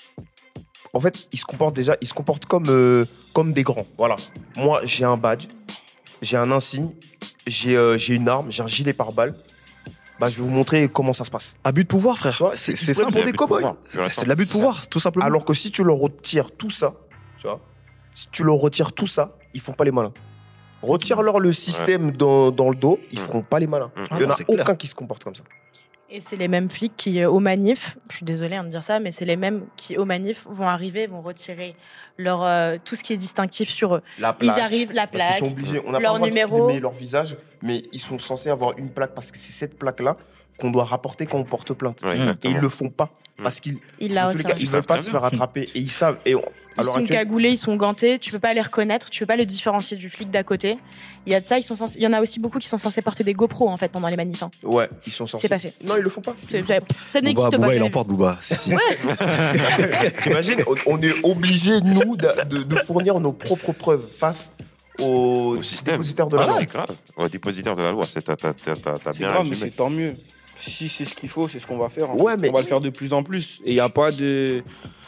en fait, ils se comportent déjà, ils se comportent comme euh, comme des grands. Voilà. Moi, j'ai un badge, j'ai un insigne, j'ai euh, j'ai une arme, j'ai un gilet pare-balles. Bah, je vais vous montrer comment ça se passe. Abus de pouvoir, frère. Ouais, c'est c'est ça pour des cow-boys. C'est de l'abus de pouvoir, tout simplement. Alors que si tu leur retires tout ça, tu vois, si tu leur retires tout ça, ils font pas les malins. Retire-leur le système ouais. dans, dans le dos, ils feront pas les malins. Il y en a aucun clair. qui se comporte comme ça. Et c'est les mêmes flics qui, au manif, je suis désolée de dire ça, mais c'est les mêmes qui, au manif, vont arriver, vont retirer leur, euh, tout ce qui est distinctif sur eux. La plaque. Ils arrivent, la plaque, parce qu'ils sont obligés. On n'a pas le droit de filmer leur visage, mais ils sont censés avoir une plaque parce que c'est cette plaque-là qu'on doit rapporter quand on porte plainte. Ouais, et ils le font pas parce qu'ils, ils dans tous les cas, ils veulent pas se faire attraper et ils savent. Et on, Ils sont actuelle... cagoulés, ils sont gantés, tu peux pas les reconnaître, tu peux pas le différencier du flic d'à côté. Il y a de ça, ils sont censés... il y en a aussi beaucoup qui sont censés porter des GoPros en fait pendant les manifs. Hein. Ouais, ils sont censés. C'est pas fait. Non, ils le font pas. C'est, ça ça n'existe Booba, pas. Booba, il emporte Booba. Si, si. Ouais. T'imagines, on est obligés nous de, de, de fournir nos propres preuves face aux Au système. dépositaires de la ah, loi. C'est grave. Aux dépositaires de la loi, c'est, t'as, t'as, t'as, t'as c'est bien grave, mais résumé. c'est tant mieux. Si c'est ce qu'il faut, c'est ce qu'on va faire. En ouais, fait. mais on va le faire de plus en plus. Et il y a pas de.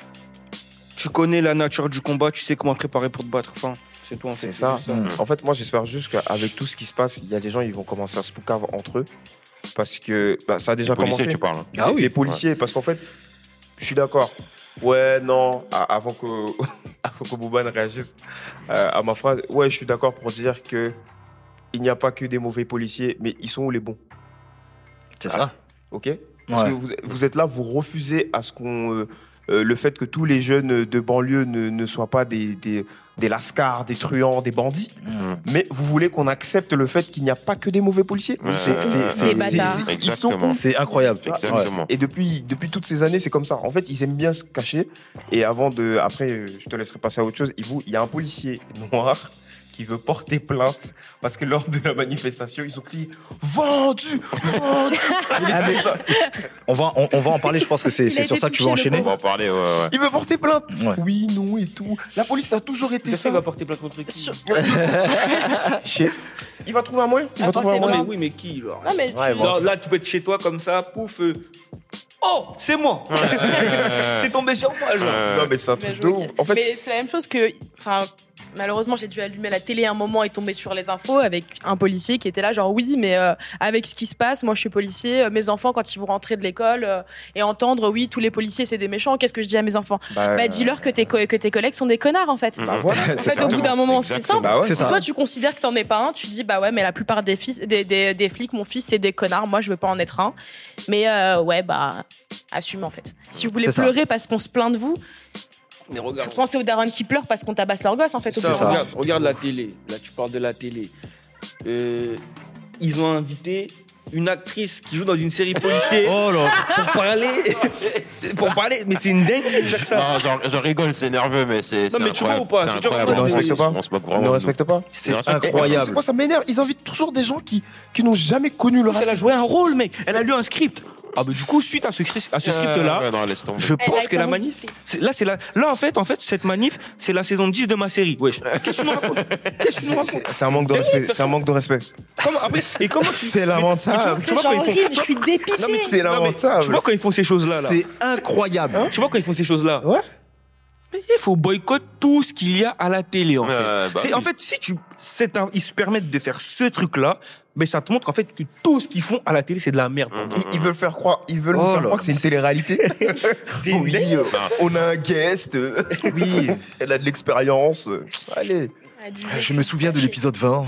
Tu connais la nature du combat, tu sais comment te préparer pour te battre. Enfin, c'est tout en fait. C'est ça. ça. Mmh. En fait, moi, j'espère juste qu'avec tout ce qui se passe, il y a des gens, ils vont commencer à se poucave entre eux. Parce que bah, ça a déjà les policiers, commencé. tu parles. Ah oui. Les policiers, ouais. Parce qu'en fait, je suis d'accord. Ouais, non, a- avant que, avant que Bouba ne réagisse euh, à ma phrase, ouais, je suis d'accord pour dire que il n'y a pas que des mauvais policiers, mais ils sont où les bons? C'est ça. Ok? Parce Ouais. que vous, vous êtes là, vous refusez à ce qu'on, euh, euh, le fait que tous les jeunes de banlieue ne, ne soient pas des, des, des lascars, des truands, des bandits. Mmh. Mais vous voulez qu'on accepte le fait qu'il n'y a pas que des mauvais policiers. Ouais, C'est- c'est- c'est- Des bâtards. c'est- ils sont Exactement. où? C'est incroyable. Exactement. Et depuis, depuis toutes ces années, c'est comme ça. En fait, ils aiment bien se cacher. Et avant de, après, euh, je te laisserai passer à autre chose. Ibou, il y a un policier noir qui veut porter plainte parce que lors de la manifestation, ils ont crié vendu, vendu. Il, Ah, mais- ça. On va, on, on va en parler. Je pense que c'est Il c'est a sur été ça que tu veux touché, le enchaîner. On va en parler, ouais, ouais. Il veut porter plainte. Ouais. Oui, non et tout. La police a toujours été Qu'est-ce ça. qu'il va porter plainte contre qui? Sur- Chez- Il va trouver un moyen. Il va Ah, trouver un porter Non, mais moyen. plainte. oui, mais qui, là? Non, mais Ouais, tu- bon. Non, là, tu peux être chez toi comme ça, pouf. euh, Oh, c'est moi. C'est tombé sur moi, genre. Non, mais c'est un Mais truc je de vois ouf. que- En fait, mais c'est la même chose que. Enfin, malheureusement, j'ai dû allumer la télé un moment et tomber sur les infos avec un policier qui était là, genre oui, mais euh, avec ce qui se passe, moi je suis policier, euh, mes enfants quand ils vont rentrer de l'école euh, et entendre oui, tous les policiers c'est des méchants, qu'est-ce que je dis à mes enfants? bah, Bah dis-leur que tes, co- que tes collègues sont des connards en fait. bah voilà. En fait, au bout d'un moment, c'est Exactement. simple. Bah ouais. C'est Si ça. toi tu considères que t'en es pas un, tu te dis bah ouais, mais la plupart des, fils, des, des, des flics, mon fils, c'est des connards, moi je veux pas en être un. Mais euh, ouais, bah assume en fait. Si vous voulez C'est ça. pleurer parce qu'on se plaint de vous, Mais regarde. pensez aux darons qui pleurent parce qu'on tabasse leur gosse en fait. Au Ça, bout d'un ça. moment. Regarde, regarde la télé. Là, tu parles de la télé. Euh, ils ont invité une actrice qui joue dans une série policière Oh là. pour parler. pour parler, mais c'est une dingue. ça. Non, j'en- je rigole, c'est nerveux, mais c'est. Non, c'est mais tu vois incroyable. ou pas, C'est c'est genre, incroyable. on ne On respecte se- pas. On se moque Ils vraiment. ne de respectent pas. C'est C'est incroyable. Moi, ça m'énerve. Ils invitent toujours des gens qui, qui n'ont jamais connu le Elle a racisme. joué un rôle, mec. Elle a lu un script. Ah bah du coup, suite à ce, cri- à ce nous. script-là, Ouais, non, laisse tomber. je Elle a pense été que la manif, invitée. c'est- là c'est la, là en fait, en fait, cette manif, c'est la saison dix de ma série. Wesh. Qu'est-ce que tu nous racontes? Qu'est-ce que tu nous racontes? C'est c'est un manque de respect. C'est un manque de respect. Comment, après, et comment tu, C'est lamentable. tu vois quand ils font, je suis dépitée. non, mais C'est non, mais lamentable. tu vois quand ils font ces choses-là, là. C'est incroyable. Tu vois quand ils font ces choses-là. Ouais. Mais il faut boycotter tout ce qu'il y a à la télé, en fait. Euh, bah c'est, oui. En fait, si tu, c'est un, ils se permettent de faire ce truc-là, ben, ça te montre qu'en fait, que tout ce qu'ils font à la télé, c'est de la merde. pour moi. Ils, ils veulent faire croire, ils veulent nous Oh faire là. croire que c'est une télé-réalité. C'est oui, dingue. euh, on a un guest. euh, oui, elle a de l'expérience. euh, Allez. Je me souviens de l'épisode vingt.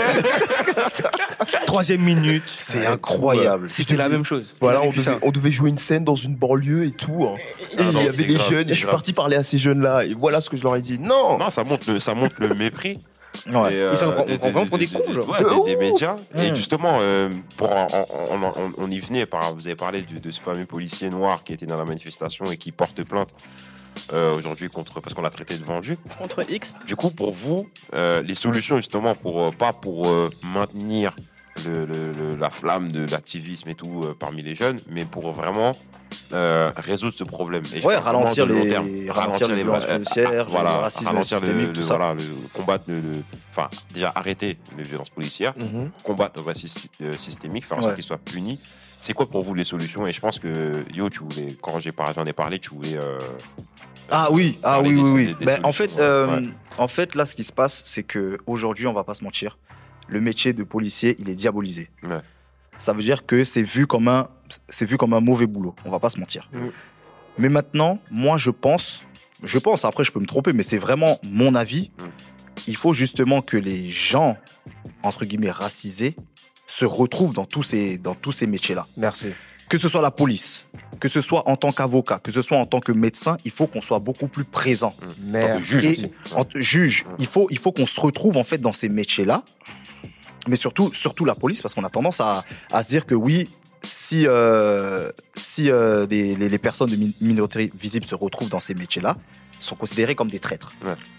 Troisième minute. C'est incroyable. C'était la même chose. Voilà, J'ai on vu ça. devait, on devait jouer une scène dans une banlieue et tout. hein. Et Ah il non, y avait c'est des grave, jeunes. c'est Et je suis grave. parti parler à ces jeunes-là. Et voilà ce que je leur ai dit. Non. Non, ça montre le, ça montre le mépris. Ouais. Et, euh, Ils sont des- vraiment des- pour des des- cons, des- genre. ouais, De des- des ouf. médias. Et Mm. justement, euh, pour en- on, on- on y venait. Par, vous avez parlé de, de ce fameux policier noir qui était dans la manifestation et qui porte plainte euh, aujourd'hui contre parce qu'on l'a traité de vendu. Contre X. Du coup, pour vous, euh, les solutions justement pour euh, pas pour euh, maintenir le, le- le- la flamme de l'activisme et tout euh, parmi les jeunes, mais pour vraiment euh, résoudre ce problème. Et je Ouais, parle vraiment ralentir de long les- terme. ralentir les violences euh, policières, ah, voilà, le racisme ralentir le, systémique, le- tout ça. voilà, le, le combattre le, le- enfin déjà arrêter les violences policières, Mhm. combattre le racisme euh, systémique, faire en sorte Ouais. qu'il soit puni. C'est quoi pour vous les solutions? Et je pense que yo, tu voulais, quand j'ai parlé, j'en ai parlé, tu voulais. euh, Ah oui, ah parler oui, des- oui, oui. des- des Ben, en fait, solutions, euh, ouais. en fait, là, ce qui se passe, c'est que aujourd'hui, on va pas se mentir, le métier de policier, il est diabolisé. Ouais. Ça veut dire que c'est vu comme un, c'est vu comme un mauvais boulot. On va pas se mentir. Mm. Mais maintenant, moi, je pense, je pense. Après, je peux me tromper, mais c'est vraiment mon avis. Mm. Il faut justement que les gens, entre guillemets, racisés, se retrouvent dans tous ces, dans tous ces métiers-là. Merci. Que ce soit la police, que ce soit en tant qu'avocat, que ce soit en tant que médecin, il faut qu'on soit beaucoup plus présent. En tant Merde. que juge Et aussi. en t- juge, il faut, il faut qu'on se retrouve en fait dans ces métiers-là, mais surtout, surtout la police, parce qu'on a tendance à, à se dire que oui, si, euh, si euh, des- les, les personnes de min- minorité visible se retrouvent dans ces métiers-là, sont considérées comme des traîtres.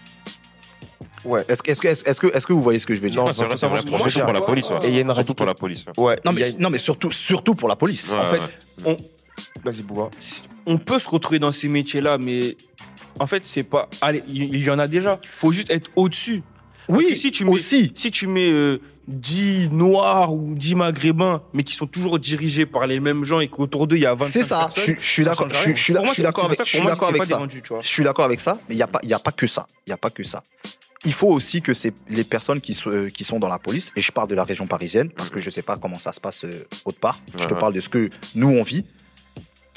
Ouais. Est-ce que, est-ce que, est-ce que, est-ce que vous voyez ce que je veux dire? Non, Ouais, c'est vrai, c'est vrai, Moi, surtout je- pour la police. ouais. Et il y a une Surtout pour radical- la police. ouais. Ouais. Non il y a mais, une- non mais surtout, surtout pour la police. Ouais, en fait, ouais. Vas-y, Bouba. On peut se retrouver dans ces métiers-là, mais en fait, c'est pas. Allez, il il y en a déjà. Faut juste être au-dessus. Parce oui, que si tu mets, aussi. si tu mets euh, dix noirs ou dix maghrébins, mais qui sont toujours dirigés par les mêmes gens et qu'autour d'eux il y a vingt-cinq C'est ça. personnes, Je, je suis ça d'accord. change Je, rien. je suis Pour d'ac- moi, je suis c'est- d'accord c'est avec. pour Je ça que suis pour moi, d'accord c'est avec pas ça. des vendus, tu vois. Je suis d'accord avec ça, mais il y a pas, il y a pas que ça. Il y a pas que ça. Il faut aussi que c'est les personnes qui, sont- qui sont dans la police, et je parle de la région parisienne, parce que je sais pas comment ça se passe euh, autre part. Je te Ouais. parle de ce que nous on vit.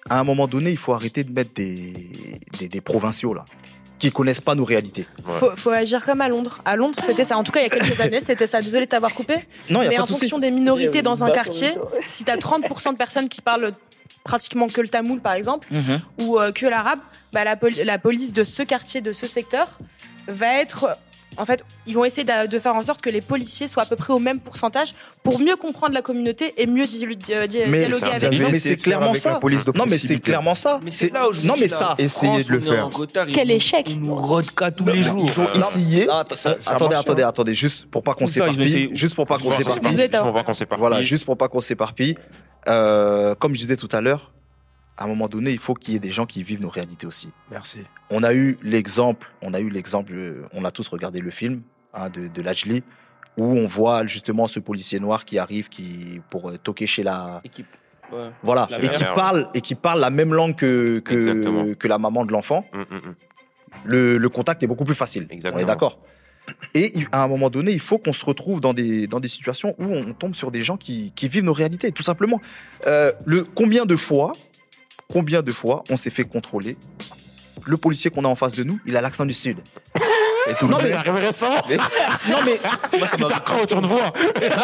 à un moment donné, il faut arrêter de mettre des, des, des provinciaux, là, qui connaissent pas nos réalités. Ouais. Faut, faut agir comme à Londres. À Londres, c'était ça. En tout cas, il y a quelques années, c'était ça. Désolé de t'avoir coupé. Non, il y a Mais pas en de souci. fonction des minorités dans un quartier, si t'as trente pour cent de personnes qui parlent pratiquement que le tamoul, par exemple, Mhm. ou euh, que l'arabe, bah, la, pol- la police de ce quartier, de ce secteur, va être... En fait, ils vont essayer de, de faire en sorte que les policiers soient à peu près au même pourcentage pour mieux comprendre la communauté et mieux di- di- di- Mais, dialoguer ça, avec vous avez eux. mais essayé c'est de faire clairement avec ça. la police de Non, mais c'est proximité. clairement ça. Mais c'est là où je me non, dis, mais la ça. essayez France, de le on est faire. en retard, ils Quel nous- échec. Ils nous rodent tous les jours. Ils ont Voilà. essayé. Non, attends, ça- ça attendez, marche, attendez, hein. attendez, juste pour pas qu'on Tout ça, ils ont s'éparpille. essayé. Juste pour pas qu'on Juste s'éparpille. Vous êtes pour un- pas qu'on s'éparpille. Voilà, juste pour pas qu'on s'éparpille. Euh, comme je disais tout à l'heure, à un moment donné, il faut qu'il y ait des gens qui vivent nos réalités aussi. Merci. On a eu l'exemple, on a eu l'exemple, euh, on a tous regardé le film hein, de, de Lajli, où on voit justement ce policier noir qui arrive, qui pour euh, toquer chez la, Équipe. Ouais. voilà, La et qui mère. parle et qui parle la même langue que Exactement. que, que la maman de l'enfant. Hum, hum, hum. Le, le contact est beaucoup plus facile. Exactement. On est d'accord. Et il- à un moment donné, il faut qu'on se retrouve dans des, dans des situations où on tombe sur des gens qui, qui vivent nos réalités, tout simplement. Euh, le, combien de fois, combien de fois on s'est fait contrôler? Le policier qu'on a en face de nous, il a l'accent du Sud. Et tout Non, le mais- C'est arrivé récemment. Non mais, Putain, quand on tourne de voix.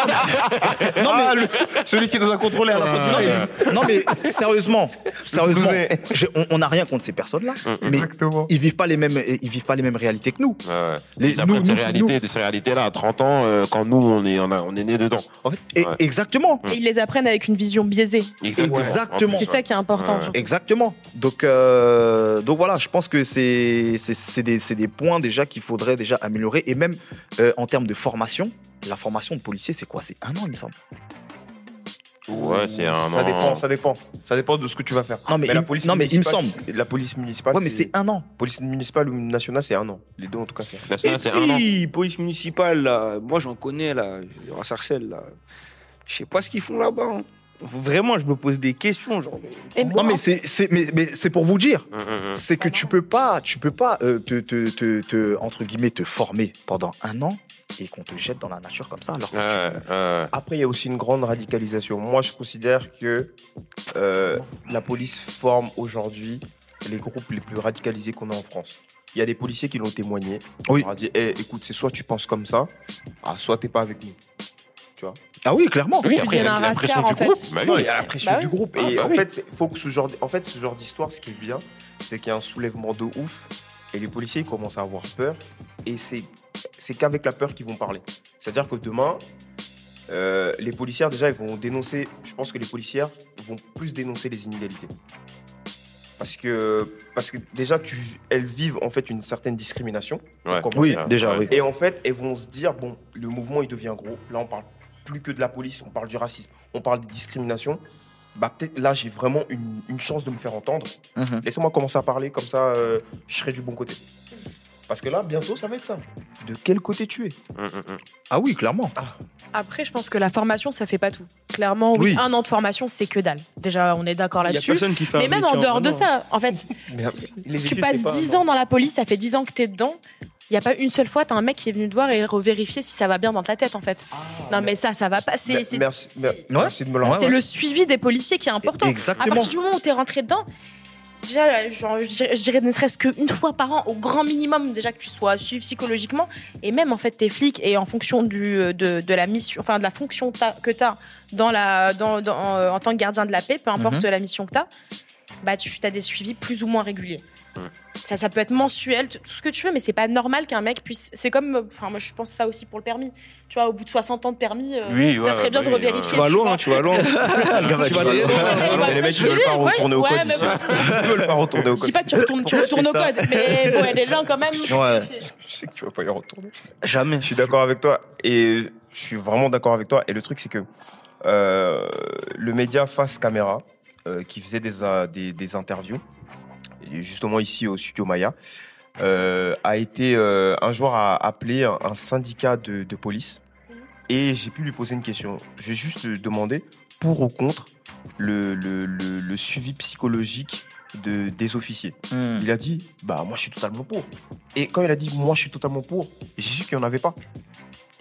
non mais, Ah, le- celui qui nous a contrôlé à la fin du non, live. mais, non mais sérieusement, sérieusement, Toulousain. j'ai- on- on n'a rien contre ces personnes-là, mais Exactement. ils vivent pas les mêmes, ils vivent pas les mêmes réalités que nous. Ouais, ouais. Les- Ils apprennent nous- ces nous- réalités, ces réalités-là à trente ans, euh, quand nous, on est, on, a- on est né dedans. En fait, Et, Ouais. Exactement, Et ils les apprennent avec une vision biaisée. Exactement. Exactement. C'est ça qui est important. Ouais. surtout. exactement. Donc, euh, donc voilà, je pense que c'est, c'est, c'est des, c'est des points déjà qu'il faudrait déjà améliorer. Et même euh, en termes de formation, la formation de policier, c'est quoi? C'est un an, il me semble. Ouais, c'est un Ça an. dépend, ça dépend. Ça dépend de ce que tu vas faire. Non, mais il- la police non, mais il me municipale, semble. c'est- La police municipale. Ouais, mais c'est un an. Police municipale ou nationale, c'est un an. Les deux, en tout cas, c'est un an. National, c'est un an. Oui, police municipale, là, moi j'en connais, là, à Sarcelles, là. Je sais pas ce qu'ils font là-bas. hein. Vraiment, je me pose des questions, genre. mais- Et- Non, mais c'est, c'est, mais, mais c'est pour vous dire. Hum, hum, hum. C'est que tu peux pas, tu peux pas euh, te, te, te, te, entre guillemets, te former pendant un an et qu'on te jette dans la nature comme ça. Alors que Ouais, tu- ouais. Après, il y a aussi une grande radicalisation. Moi, je considère que euh, la police forme aujourd'hui les groupes les plus radicalisés qu'on a en France. Il y a des policiers qui l'ont témoigné. Oui. On leur a dit, Eh, écoute, c'est soit tu penses comme ça, ah, soit t'es pas avec nous. Tu vois. Ah oui, clairement. Oui, Tu après, il y deviens a un la pression rascar, du en groupe. fait. Bah Non, oui. il y a la pression Bah du oui. groupe. Ah, Et bah en, oui. fait, c'est- faut que ce genre, en fait, ce genre d'histoire, ce qui est bien, c'est qu'il y a un soulèvement de ouf. Et les policiers ils commencent à avoir peur. Et c'est, c'est qu'avec la peur qu'ils vont parler. C'est-à-dire que demain, euh, les policières, déjà, ils vont dénoncer. Je pense que les policières vont plus dénoncer les inégalités. Parce que, parce que déjà, tu, elles vivent en fait une certaine discrimination. pour Ouais. commencer. Oui, déjà, oui. Et en fait, elles vont se dire, bon, le mouvement, il devient gros. Là, on parle plus que de la police, on parle du racisme, on parle des discriminations. Bah, peut-être là, j'ai vraiment une, une chance de me faire entendre. Mhm. Laissez-moi commencer à parler, comme ça, euh, je serai du bon côté. Parce que là, bientôt, ça va être ça. De quel côté tu es? Hum, hum, hum. Ah oui, clairement. Après, je pense que la formation, ça fait pas tout. Clairement, oui, Oui. un an de formation, c'est que dalle. Déjà, on est d'accord Il y a là-dessus. personne qui fait un Mais même métier en dehors de un an. ça, en fait, Merci. Les tu études, passes c'est pas dix un ans dans la police, ça fait dix ans que t'es dedans. Il y a pas une seule fois, t'as un mec qui est venu te voir et revérifier si ça va bien dans ta tête, en fait. non, mais ça, ça va pas. C'est, c'est- Merci, c'est- mer- merci de me le Ouais, rappeler. c'est le suivi des policiers qui est important. Exactement. À partir du moment où t'es rentré dedans, déjà, genre, je dirais, je dirais ne serait-ce qu'une fois par an, au grand minimum, déjà que tu sois suivi psychologiquement, et même en fait tes flics, et en fonction du, de, de la mission, enfin de la fonction t'as- que tu as dans la, dans, dans, euh, en tant que gardien de la paix, peu importe la mission que tu as, bah, tu as des suivis plus ou moins réguliers. Ça, ça peut être mensuel, tout ce que tu veux, mais c'est pas normal qu'un mec puisse. C'est comme. Enfin, moi, je pense ça aussi pour le permis. Tu vois, au bout de soixante ans de permis, euh, Oui, ça ouais, serait bien bah de oui, revérifier. Tu vas loin, vois. tu vas loin. Tu vas aller loin. Ouais, Mais les mecs, ils veulent pas ouais, retourner au ouais, code mais ici. bon. Ils veulent pas retourner au Je code. dis pas que tu retournes, tu retournes au C'est ça. code, mais bon, il y a des gens quand même. Ouais. Je sais que tu vas pas y retourner. Jamais. Je suis d'accord avec toi et je suis vraiment d'accord avec toi. Et le truc, c'est que euh, le média Face Caméra, euh, qui faisait des, euh, des, des interviews, et justement ici au studio Maya, euh, a été euh, un jour a appelé un, un syndicat de, de police et j'ai pu lui poser une question. Je vais juste lui demander pour ou contre le, le, le, le suivi psychologique de, des officiers. Hmm. Il a dit, bah moi je suis totalement pour. Et quand il a dit, moi je suis totalement pour, j'ai su qu'il n'y en avait pas.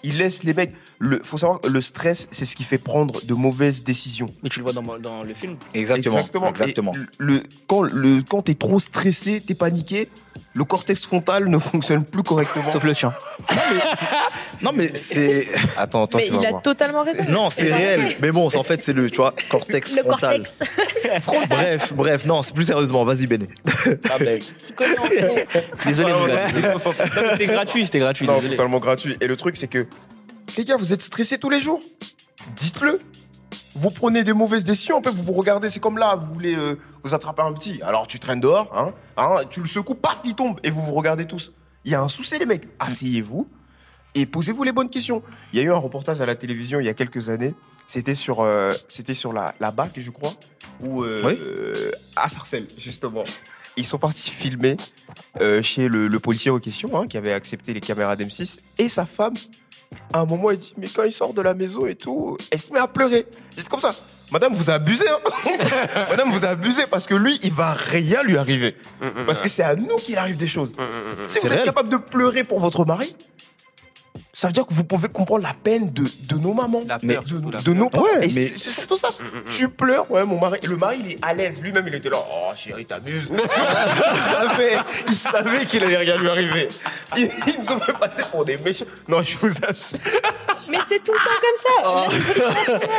il laisse les mecs. Le, faut savoir, le stress, c'est ce qui fait prendre de mauvaises décisions. Mais tu le vois dans, dans le film. Exactement. Exactement. Exactement. Et Le, quand le, quand t'es trop stressé, t'es paniqué, le cortex frontal ne fonctionne plus correctement. Sauf le tien. Non, mais c'est. Attends, attends, Mais tu vas il a voir. totalement raison. Non, c'est réel. Mais bon, c'est- en fait, c'est le, tu vois, cortex Le frontal. cortex. Bref, bref, non, c'est plus sérieusement. Vas-y, Béné. Ah ben, Si connaît en fait. désolé, Ouais, les ouais, gars. ouais, déconcentré. C'était gratuit, c'était gratuit. Non, désolé. totalement gratuit. Et le truc, c'est que, les gars, vous êtes stressés tous les jours. Dites-le. Vous prenez des mauvaises décisions, après vous vous regardez, c'est comme là, vous voulez euh, vous attraper un petit. Alors tu traînes dehors, hein, hein, tu le secoues, paf, il tombe, et vous vous regardez tous. Il y a un souci, les mecs. Asseyez-vous et posez-vous les bonnes questions. Il y a eu un reportage à la télévision il y a quelques années. C'était sur, euh, c'était sur la, la B A C, je crois, ou euh, Oui. euh, à Sarcelles, justement. Ils sont partis filmer euh, chez le, le policier en question, hein, qui avait accepté les caméras d'M six, et sa femme. À un moment, elle dit, mais quand il sort de la maison et tout, elle se met à pleurer. J'étais comme ça. Madame, vous abusez, hein. Madame, vous abusez parce que lui, il va rien lui arriver. Parce que c'est à nous qu'il arrive des choses. Si C'est vous êtes réel. capable de pleurer pour votre mari, ça veut dire que vous pouvez comprendre la peine de, de nos mamans. La Mais peur, de, surtout la de nos peur. Ouais, Et mais- c'est c'est surtout ça. Tu pleures, ouais, mon mari. Et le mari, il est à l'aise. Lui-même, il était là. Oh, chérie, t'abuses. il savait, il savait qu'il allait rien lui arriver. Il, il nous a fait passer pour des méchants. Non, je vous assure. Mais c'est tout le temps comme ça.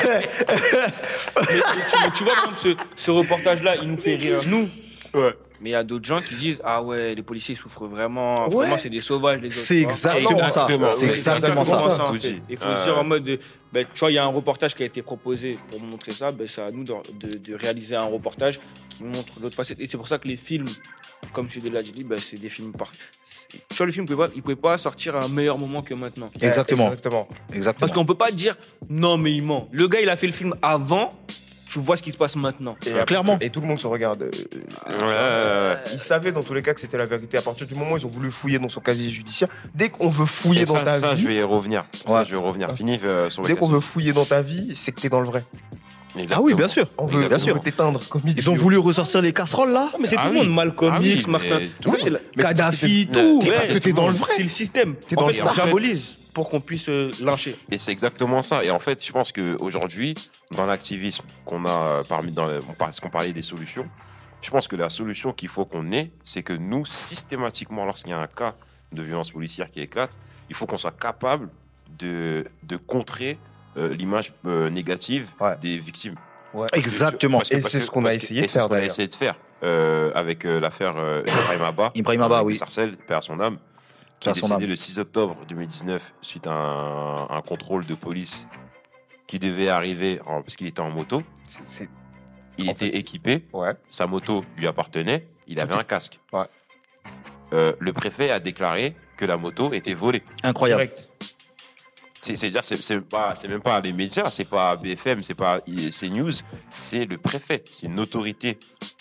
Mais, tu, mais tu vois, par exemple, ce, ce reportage-là, il nous fait rire, nous. Ouais. Mais il y a d'autres gens qui disent, ah ouais, les policiers ils souffrent vraiment. Ouais. Vraiment, c'est des sauvages, les autres. C'est tu vois. exactement ça. Exactement. C'est Oui, exactement ça. en Tout fait. dit. Il faut Euh, se dire en mode, de, ben, tu vois, il y a un reportage qui a été proposé pour montrer ça. Ben, c'est à nous de, de, de réaliser un reportage qui montre l'autre facette. Et c'est pour ça que les films, comme tu l'as dit, ben, c'est des films parfaits. Tu vois, le film, il pouvait pas, il pouvait pas sortir à un meilleur moment que maintenant. Exactement. Exactement. Exactement. Parce qu'on peut pas dire, non, mais il ment. Le gars, il a fait le film avant, tu vois ce qui se passe maintenant. Et Ouais, clairement. Et tout le monde se regarde. euh, Ouais, ouais, ouais. Ils savaient dans tous les cas que c'était la vérité. À partir du moment où ils ont voulu fouiller dans son casier judiciaire, dès qu'on veut fouiller Et dans ça, ta ça, vie, je vais y revenir. Ça, Ouais. je vais revenir. Fini euh, sur le dès qu'on casier. veut fouiller dans ta vie, c'est que t'es dans le vrai. Ah oui, bien sûr. On veut, bien on sûr. veut t'éteindre comme Ils ont voulu ressortir les casseroles là. Non, mais c'est Ah tout le oui. monde, Malcolm Ah oui, X, mais Martin. tout le Ça, c'est monde. la- Kadhafi, Mais tout. c'est- parce que t'es dans le vrai. C'est le système. T'es En dans fait, le ça vrai. diabolise pour qu'on puisse euh, lyncher. Et c'est exactement ça. Et en fait, je pense qu'aujourd'hui, dans l'activisme qu'on a euh, parmi, dans, le- parce qu'on parlait des solutions, je pense que la solution qu'il faut qu'on ait, c'est que nous, systématiquement, lorsqu'il y a un cas de violence policière qui éclate, il faut qu'on soit capable de, de contrer euh, l'image euh, négative Ouais. des victimes. Ouais. Exactement. Parce que- Et parce c'est que- ce qu'on a parce que- essayé et de c'est faire, ce qu'on a d'ailleurs. essayé de faire euh, avec euh, l'affaire euh, Ibrahim Abba. Ibrahim Abba, avec oui. Sarcelles, père à son âme, qui Père est à son décédé âme. le six octobre deux mille dix-neuf suite à un, un contrôle de police qui devait arriver en- parce qu'il était en moto. C'est- c'est- Il En était fait, équipé, Ouais. sa moto lui appartenait, il avait un casque. Ouais. Euh, le préfet a déclaré que la moto était volée. Incroyable. Direct. C'est c'est déjà c'est c'est pas c'est même pas les médias, c'est pas B F M, c'est pas CNews, c'est le préfet, c'est une autorité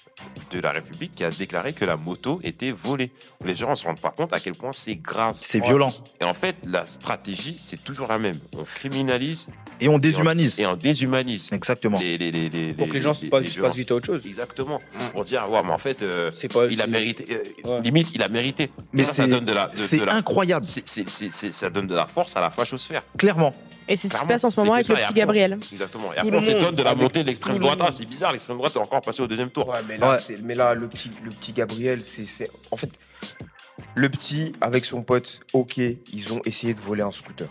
de la République qui a déclaré que la moto était volée. Les gens ne se rendent pas compte à quel point c'est grave. C'est violent. Et en fait, la stratégie, c'est toujours la même. On criminalise Et on déshumanise. et on déshumanise. Exactement. Les, les, les, les, Pour que les gens se passent, se violences. passent vite à autre chose. Exactement. Pour dire, ouais, mais en fait, euh, C'est pas- il a c'est- mérité. euh, Ouais. Limite, il a mérité. Mais ça, ça c'est donne de la. de- c'est de la- incroyable. c'est- c'est- c'est- c'est- ça donne de la force à la fachosphère. Clairement. Et c'est ce qui se Clairement, passe en ce c'est moment que avec ça, le et petit après, on- Gabriel. Exactement. Et Tout après, le on s'étonne monde, de la avec montée de l'extrême tout le droite. monde. Ah, c'est bizarre, l'extrême droite est encore passé au deuxième tour. Ouais, mais là, Ouais. c'est- mais là le, petit, le petit Gabriel, c'est, c'est. En fait, le petit, avec son pote, ok, ils ont essayé de voler un scooter.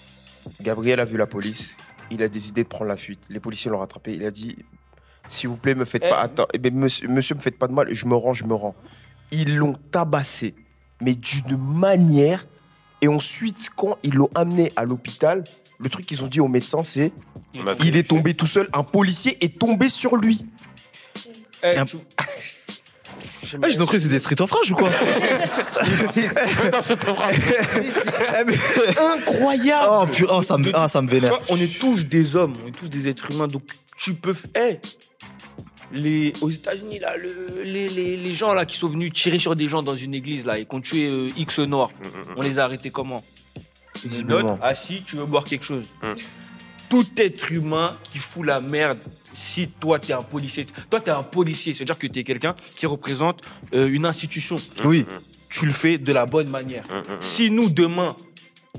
Gabriel a vu la police, il a décidé de prendre la fuite. Les policiers l'ont rattrapé, il a dit s'il vous plaît, me faites Eh. pas. Attends, eh ben, monsieur, monsieur, me faites pas de mal, je me rends, je me rends. Ils l'ont tabassé, mais d'une manière. Et ensuite, quand ils l'ont amené à l'hôpital, le truc qu'ils ont dit au médecin, c'est On a il est tombé tout seul, un policier est tombé sur lui. Eh, Un- tu- Ah, j'ai cru que c'était Street of Rage ou quoi? Incroyable. Oh, purée, oh, ça me, ah, ça me Tu vénère. vois, on est tous des hommes, on est tous des êtres humains, donc tu peux. f- Eh, les, aux États-Unis, là, le- les, les, les gens là qui sont venus tirer sur des gens dans une église là et qui ont tué euh, X Noirs, on les a arrêtés comment? Une Visiblement. note, ah si, tu veux boire quelque chose. Mm. Tout être humain qui fout la merde, si toi t'es un policier, toi t'es un policier, c'est-à-dire que t'es quelqu'un qui représente euh, une institution. Oui. Tu le fais de la bonne manière. Si nous, demain,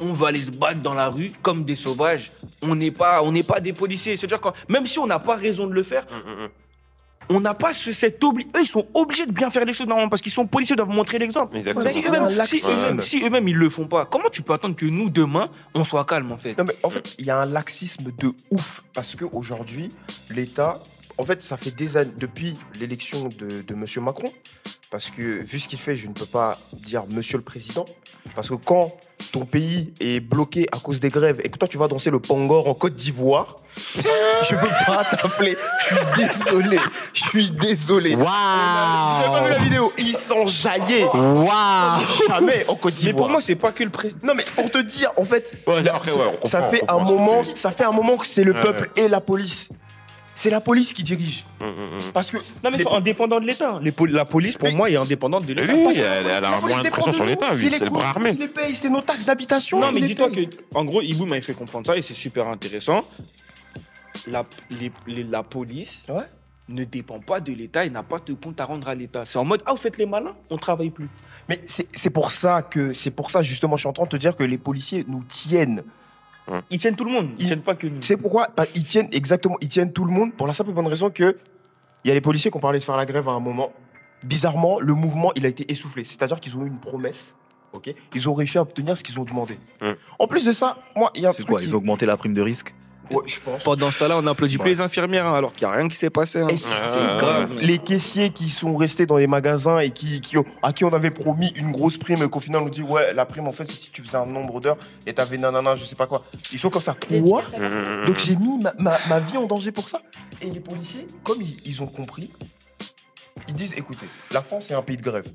on va aller se battre dans la rue comme des sauvages. On n'est pas, on n'est pas des policiers. C'est-à-dire que même si on n'a pas raison de le faire, on n'a pas ce, cette obli... Eux, ils sont obligés de bien faire les choses normalement parce qu'ils sont policiers, ils doivent montrer l'exemple. Exactement. Si eux-mêmes, si, laxisme. eux-mêmes, si eux-mêmes, ils le font pas, comment tu peux attendre que nous, demain, on soit calme, en fait? Non mais en fait, il y a un laxisme de ouf parce que aujourd'hui, l'État, en fait, ça fait des années depuis l'élection de, de Monsieur Macron, parce que vu ce qu'il fait, je ne peux pas dire Monsieur le Président, parce que quand ton pays est bloqué à cause des grèves et que toi tu vas danser le Pangor en Côte d'Ivoire, je peux pas t'appeler. Je suis désolé, je suis désolé. Waouh. Vous avez pas vu la vidéo? Ils s'enjaillaient. Waouh. Jamais en Côte Mais d'Ivoire. pour moi, c'est pas que le pré... Non mais pour te dire, en fait, Ouais, là, après, ouais, on ça comprend, fait on un comprend ce que moment, tu dis. ça fait un moment que c'est le peuple et la police. C'est la police qui dirige. Parce que Non, mais les- ils sont indépendants de l'État. Les poli- La police, pour Mais- moi, est indépendante de l'État. Oui, parce que elle, elle la a police moins de dépend pression de sur nous. l'État, C'est oui, les c'est le coûts bras armé. qui les payent, c'est nos taxes d'habitation. Non, qui mais les dis-toi que, payent. en gros, Ibou m'avait fait comprendre ça et c'est super intéressant. La, les- les- la police Ouais. ne dépend pas de l'État et n'a pas de compte à rendre à l'État. C'est en mode, ah, vous faites les malins, on travaille plus. Mais c'est c'est pour ça que c'est pour ça justement, je suis en train de te dire que les policiers nous tiennent. Ils tiennent tout le monde, ils Ils- tiennent pas que nous. C'est pourquoi bah, ils tiennent exactement, ils tiennent tout le monde pour la simple et bonne raison que il y a les policiers qui ont parlé de faire la grève à un moment. Bizarrement, le mouvement il a été essoufflé. C'est-à-dire qu'ils ont eu une promesse. Ok. Ils ont réussi à obtenir ce qu'ils ont demandé. Mm. En plus de ça, moi, il y a un C'est truc. quoi? qui- Ils ont augmenté la prime de risque? Ouais, je pense. Pendant ce temps-là, on applaudit plus les infirmières, hein, alors qu'il n'y a rien qui s'est passé. hein. Et C'est c'est grave. Les caissiers qui sont restés dans les magasins et qui, qui ont, à qui on avait promis une grosse prime, qu'au final on nous dit ouais, la prime en fait c'est si tu faisais un nombre d'heures et t'avais nanana, je sais pas quoi. Ils sont comme ça. Quoi? Donc j'ai mis ma, ma, ma vie en danger pour ça. Et les policiers, comme ils, ils ont compris, ils disent écoutez, la France c'est un pays de grève.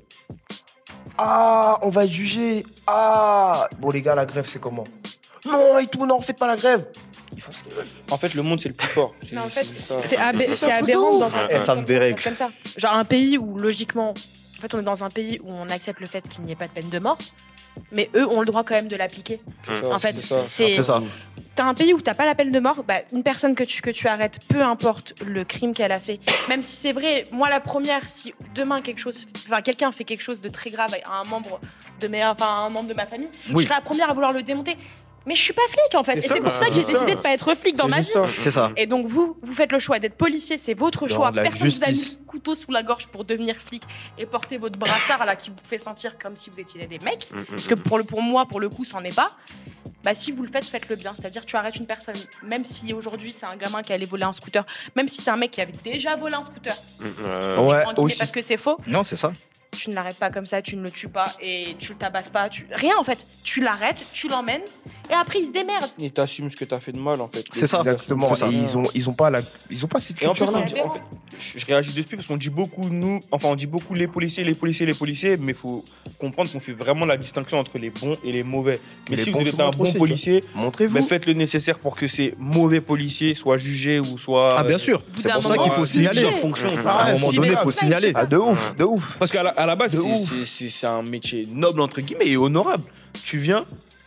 Ah, on va être jugé. Ah, bon les gars, la grève c'est comment? Non et tout, non, faites pas la grève. Ils font ce qu'ils veulent. En fait, le monde, c'est le plus fort. C'est- Mais en fait, c'est ça. c'est abé- C'est c'est un truc de aberrant ouf. dans un Eh, ça me dérègle. comme ça. Genre un pays où logiquement, en fait, on est dans un pays où on accepte le fait qu'il n'y ait pas de peine de mort, mais eux ont le droit quand même de l'appliquer. C'est ça, En fait, c'est ça. c'est C'est ça. T'as un pays où t'as pas la peine de mort, bah, une personne que tu, que tu arrêtes, peu importe le crime qu'elle a fait, même si c'est vrai, moi la première, si demain quelque chose, enfin quelqu'un fait quelque chose de très grave à un membre de mes, enfin à un membre de ma famille, Oui. je serai la première à vouloir le démonter. Mais je suis pas flic en fait, C'est et ça, c'est pour bah, ça que j'ai c'est décidé ça. de pas être flic dans C'est ma vie. juste ça. C'est ça. Et donc vous, vous faites le choix d'être policier, c'est votre Dans choix. la Personne vous a mis justice. le couteau sous la gorge pour devenir flic et porter votre brassard là qui vous fait sentir comme si vous étiez des mecs. Parce que pour, le, pour moi, pour le coup, c'en est pas. Bah si vous le faites, faites-le bien. C'est-à-dire tu arrêtes une personne, même si aujourd'hui c'est un gamin qui allait voler un scooter, même si c'est un mec qui avait déjà volé un scooter, Euh, Ouais, en guillemets, aussi. parce que c'est faux, Non, c'est ça. tu ne l'arrêtes pas comme ça, tu ne le tues pas et tu le tabasses pas, tu... rien en fait. Tu l'arrêtes, tu l'emmènes et après il se démerde. Et t'assumes ce que t'as fait de mal, en fait. C'est ça. Exactement. C'est ça. Et ils ont, ils ont pas la, ils ont pas cette Et en plus, culture-là. on dit- en fait, je je réagis dessus parce qu'on dit beaucoup, nous, enfin, on dit beaucoup les policiers, les policiers, les policiers, mais il faut comprendre qu'on fait vraiment la distinction entre les bons et les mauvais. Mais les si bons vous se êtes un montrent bon aussi, tu policier, Montrez-vous. ben, faites le nécessaire pour que ces mauvais policiers soient jugés ou soient. Ah, bien sûr. C'est d'un pour ça moment, qu'il faut c'est signaler. jugé. En fonction. À un moment donné, il faut signaler. Ah, de ouf, de ouf. Parce qu'à la, à la base, De c'est- ouf. c'est- c'est c'est un métier noble, entre guillemets, et honorable. Tu viens,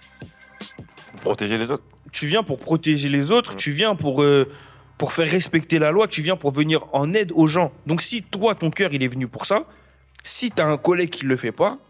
protéger les autres. tu viens pour protéger les autres, tu viens pour, euh, pour faire respecter la loi, tu viens pour venir en aide aux gens. Donc si toi, ton cœur, il est venu pour ça, si t'as un collègue qui le fait pas,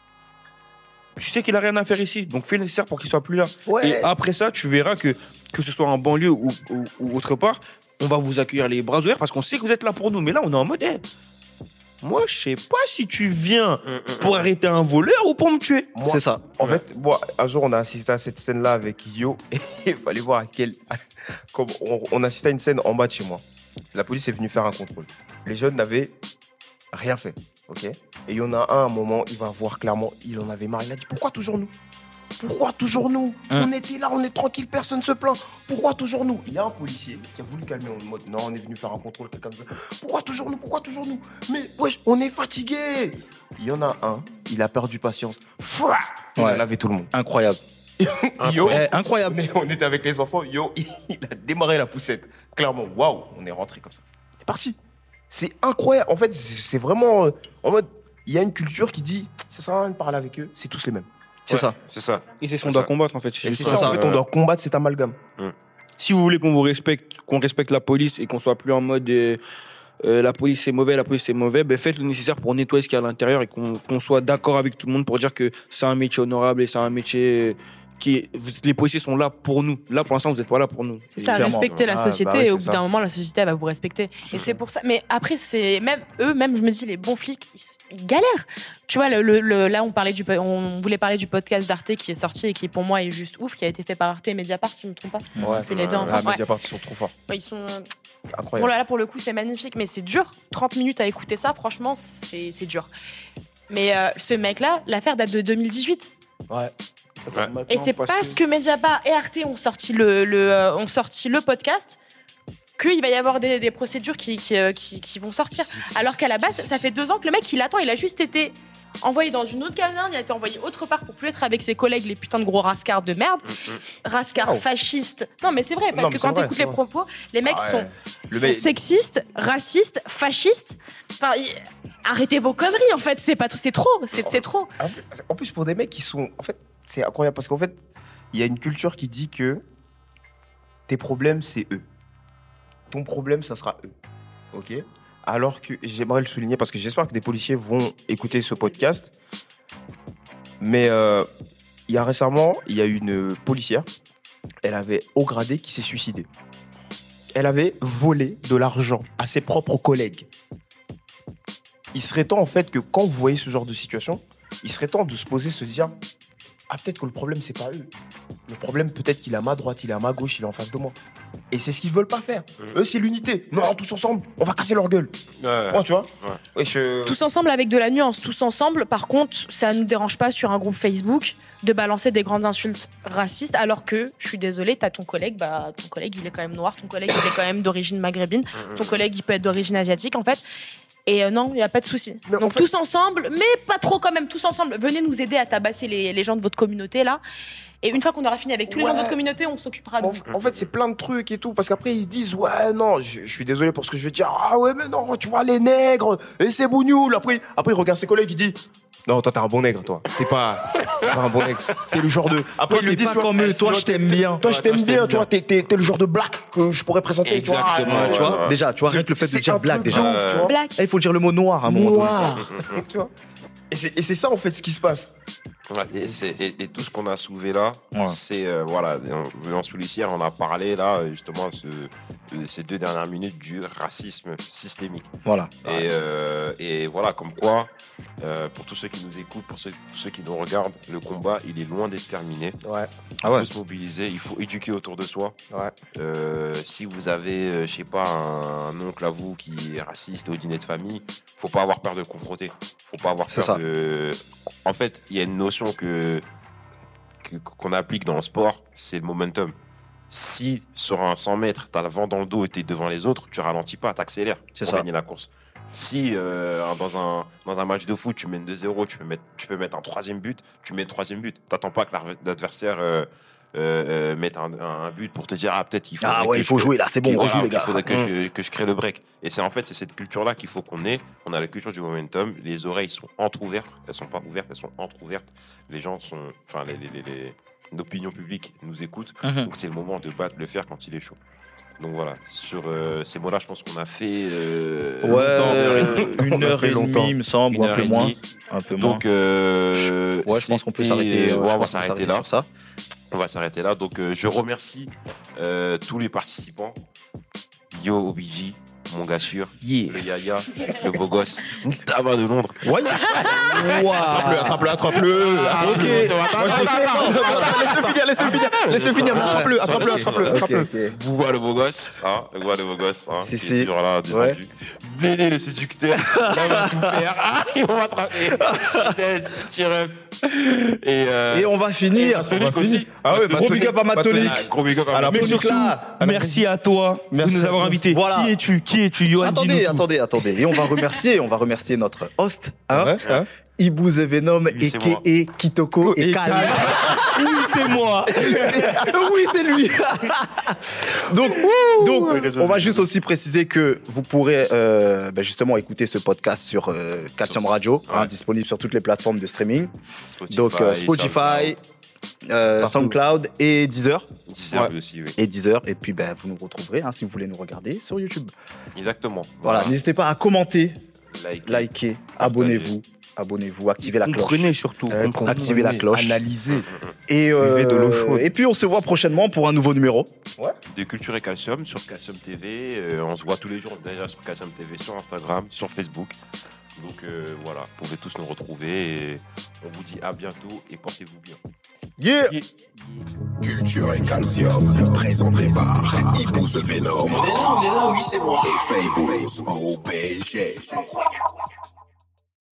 tu sais qu'il a rien à faire ici. Donc fais le nécessaire pour qu'il soit plus là. Ouais. Et après ça, tu verras que, que ce soit en banlieue ou, ou, ou autre part, on va vous accueillir les bras ouverts parce qu'on sait que vous êtes là pour nous. Mais là, on est en mode, eh, moi, je sais pas si tu viens pour arrêter un voleur ou pour me tuer. Moi, C'est ça. En fait, moi, un jour, on a assisté à cette scène-là avec Yo. Et il fallait voir à quel. Comme on, on assistait à une scène en bas de chez moi. La police est venue faire un contrôle. Les jeunes n'avaient rien fait. Ok. Et il y en a un, à un moment, il va voir clairement, il en avait marre. Il a dit pourquoi toujours nous? Pourquoi toujours nous? On était là, on est tranquille, personne se plaint. Pourquoi toujours nous? Il y a un policier qui a voulu calmer en mode non, on est venu faire un contrôle, quelqu'un de... Pourquoi toujours nous? Pourquoi toujours nous? Mais wesh, on est fatigué. Il y en a un, il a perdu patience. Fouah, il Ouais. a lavé tout le monde. Incroyable. Yo, Eh, incroyable. mais on était avec les enfants. Yo, il a démarré la poussette. Clairement, waouh, on est rentré comme ça. Il est parti. C'est incroyable. En fait, c'est c'est vraiment euh, en mode. Il y a une culture qui dit ça sert à rien de parler avec eux. C'est tous les mêmes. C'est Ouais, ça. C'est ça. Et c'est ce qu'on C'est doit ça. combattre, en fait. Et C'est c'est juste ça, ça. en fait, on doit combattre cet amalgame. Si vous voulez qu'on vous respecte, qu'on respecte la police et qu'on soit plus en mode euh, euh, la police c'est mauvais, la police c'est mauvais, ben faites le nécessaire pour nettoyer ce qu'il y a à l'intérieur et qu'on qu'on soit d'accord avec tout le monde pour dire que c'est un métier honorable et c'est un métier qui, vous- les policiers sont là pour nous. Là, pour l'instant, vous n'êtes pas là pour nous. C'est ça, Clairement. respecter la Ah, société bah oui, et au c'est bout ça. d'un moment, la société, elle va vous respecter. Et c'est pour ça. Mais après, c'est même eux, même, je me dis, les bons flics, ils, s- ils galèrent. Tu vois, le, le, le- là, on parlait du, po- on voulait parler du podcast d'Arte qui est sorti et qui, pour moi, est juste ouf, qui a été fait par Arte et Mediapart, si je ne me trompe pas. Ouais. C'est les deux Ah, ensemble. Ouais. Mediapart, ils sont trop forts. Ouais, ils sont. Pour Incroyable. le, là, pour le coup, c'est magnifique, mais c'est dur. trente minutes à écouter ça, franchement, c'est c'est dur. Mais euh, ce mec-là, l'affaire date de deux mille dix-huit. Ouais. Ouais. Et c'est parce que Mediapart et Arte ont sorti le, le, euh, ont sorti le podcast qu'il va y avoir des, des procédures qui, qui, euh, qui, qui vont sortir. Alors qu'à la base, ça fait deux ans que le mec, il attend, il a juste été envoyé dans une autre caserne, il a été envoyé autre part pour plus être avec ses collègues, les putains de gros rascards de merde. Rascards Wow. fascistes. Non, mais c'est vrai, parce Non, que mais quand c'est vrai, t'écoutes c'est les vrai. propos, les mecs Ah ouais. sont, Le sont mec- sexistes, racistes, fascistes. Enfin, y- arrêtez vos conneries, en fait, c'est pas, c'est trop, c'est c'est trop. En plus- En plus, pour des mecs qui sont. En fait, c'est incroyable parce qu'en fait, il y a une culture qui dit que tes problèmes, c'est eux. Ton problème, ça sera eux. Ok. Alors que j'aimerais le souligner parce que j'espère que des policiers vont écouter ce podcast. Mais euh, il y a récemment, il y a une policière. Elle avait haut gradé qui s'est suicidée. Elle avait volé de l'argent à ses propres collègues. Il serait temps en fait que quand vous voyez ce genre de situation, il serait temps de se poser, se dire ah peut-être que le problème c'est pas eux. Le problème peut-être qu'il est à ma droite, il est à ma gauche, il est en face de moi. Et c'est ce qu'ils veulent pas faire. Eux c'est l'unité. Non, tous ensemble, on va casser leur gueule. Ouais. Ouais, tu vois. Ouais. Ouais, je... Tous ensemble avec de la nuance, tous ensemble. Par contre, ça ne nous dérange pas sur un groupe Facebook de balancer des grandes insultes racistes, alors que, je suis désolée, t'as ton collègue, bah, ton collègue, il est quand même noir, ton collègue, il est quand même d'origine maghrébine, ton collègue, il peut être d'origine asiatique, en fait. Et euh, non, il n'y a pas de souci. Mais en Donc fait- tous ensemble, mais pas trop quand même, tous ensemble. Venez nous aider à tabasser les, les gens de votre communauté, là. Et une fois qu'on aura fini avec tous les Ouais. gens de votre communauté, on s'occupera de En, vous. en fait, c'est plein de trucs et tout. Parce qu'après, ils se disent, ouais, non, je, je suis désolé pour ce que je vais dire. Ah ouais, mais non, tu vois, les nègres, et c'est bougnoul. Après, après, il regarde ses collègues, il dit, non, toi, t'es un bon nègre, toi. T'es pas, t'es pas un bon nègre. T'es le genre de. Après, Toi, ils le t'es disent, pas tu vois, comme eux. Toi, sinon, je t'aime bien. Toi, je Ouais, t'aime toi, je bien, t'aime tu vois, bien. t'es, t'es, t'es le genre de black que je pourrais présenter. tu vois. Exactement, Ouais, Tu vois, ouais. déjà, tu vois, rien que le fait de C'est dire un black, truc déjà. de ouf, tu vois. Black. Eh, il faut dire le mot noir à un moment donné. Noir. Tu vois. Et c'est, et c'est ça, en fait, ce qui se passe. Ouais, et, c'est- et- et tout ce qu'on a soulevé là, Ouais. c'est euh, voilà, en violence policière, on a parlé là justement ce, de ces deux dernières minutes du racisme systémique. Voilà. Et, euh, et voilà, comme quoi, euh, pour tous ceux qui nous écoutent, pour ceux, pour ceux qui nous regardent, le combat, il est loin d'être terminé. Ouais. Il Ah ouais. faut se mobiliser, il faut éduquer autour de soi. Ouais. Euh, si vous avez, euh, je sais pas, un, un oncle à vous qui est raciste au dîner de famille, faut pas avoir peur de le confronter. Faut pas avoir C'est peur ça. de. En fait, il y a une notion que que- qu'on applique dans le sport, c'est le momentum. Si sur un cent mètres, t'as le vent dans le dos et t'es devant les autres, tu ralentis pas, t'accélères C'est pour ça. gagner la course. Si euh, dans un dans un match de foot, tu mènes deux zéro, tu peux mettre tu peux mettre un troisième but, tu mets le troisième but. T'attends pas que l'ar- l'adversaire euh, euh, euh, mette un, un but pour te dire ah peut-être il faut Ah ouais, il faut jouer là, c'est bon, on rejoue les gars. Il faudrait que, Mmh. je, que je crée le break. Et c'est en fait c'est cette culture là qu'il faut qu'on ait. On a la culture du momentum. Les oreilles sont entrouvertes, elles sont pas ouvertes, elles sont entrouvertes. Les gens sont, enfin les les les, les l'opinion publique nous écoute. Mhm. Donc c'est le moment de battre le fer quand il est chaud. Donc voilà, sur euh, ces mots-là, je pense qu'on a fait euh, Ouais, longtemps, une heure et demie. une On a heure fait et longtemps. demie, il me semble, Une ou un heure peu et moins. demie. Un peu moins. Donc, euh, Ouais, je pense qu'on peut c'était- s'arrêter. ouais, euh, je on pense va qu'on peut s'arrêter s'arrêter là. sur ça. On va s'arrêter là. Donc, euh, je remercie euh, tous les participants. Yo, O B G, mon gars sûr, Yeah. le Yaya, le beau gosse, Tava de Londres. Ouais. Waouh. Attrape-le, attrape-le. Ah, Ok. ok. Laisse-le finir, laisse-le finir. Laisse-le finir, mais attrape-le, attrape-le, Ok, attrape-le, ok, attrape-le. ok. Bouba le beau gosse, hein, le Bouba le beau gosse, hein, Si, qui si. est toujours là, défendu. Béné le séducteur, là, il va tout faire, ah, ils vont m'attraper. Vitesse, tir up. Et, euh, Et on va finir. Tonic aussi. Ah ouais, Gros big up à Matonic. Ah, gros big up à Alors, Matonic. mais Tonic là. Merci à toi Merci de nous à avoir toi. invités. Voilà. Qui es-tu Qui es-tu, Johan Attendez, dis-nous tout. attendez, attendez. Et on va remercier, on va remercier notre host, hein, Ouais, hein. Ibou Venom, Oui, c'est aka moi. Kitoko et Et Kal. Kal. Oui, c'est moi. Oui, c'est lui. donc, donc, on va juste aussi préciser que vous pourrez euh, ben justement écouter ce podcast sur euh, Calcium Radio, hein, Ouais. disponible sur toutes les plateformes de streaming. Spotify, Donc euh, Spotify, euh, Partout. SoundCloud et Deezer. Deezer Ouais. aussi, oui. Et Deezer. Et puis, ben, vous nous retrouverez hein, si vous voulez nous regarder sur YouTube. Exactement. Voilà, n'hésitez pas à commenter, Like. liker, abonnez-vous. abonnez-vous, activez la cloche. Comprenez surtout. Euh, comprenez. activez la cloche. Analysez. Et, euh, Buvez de l'eau chaude. et puis on se voit prochainement pour un nouveau numéro. De Culture et Calcium sur Calcium T V. Euh, on se voit tous les jours d'ailleurs sur Calcium T V, sur Instagram, sur Facebook. Donc euh, voilà, vous pouvez tous nous retrouver et on vous dit à bientôt et portez-vous bien. Yeah! Yeah. Culture et Calcium, présenté par Ibu The Venom On est là, on est là, oui, c'est moi. et Fables O B G.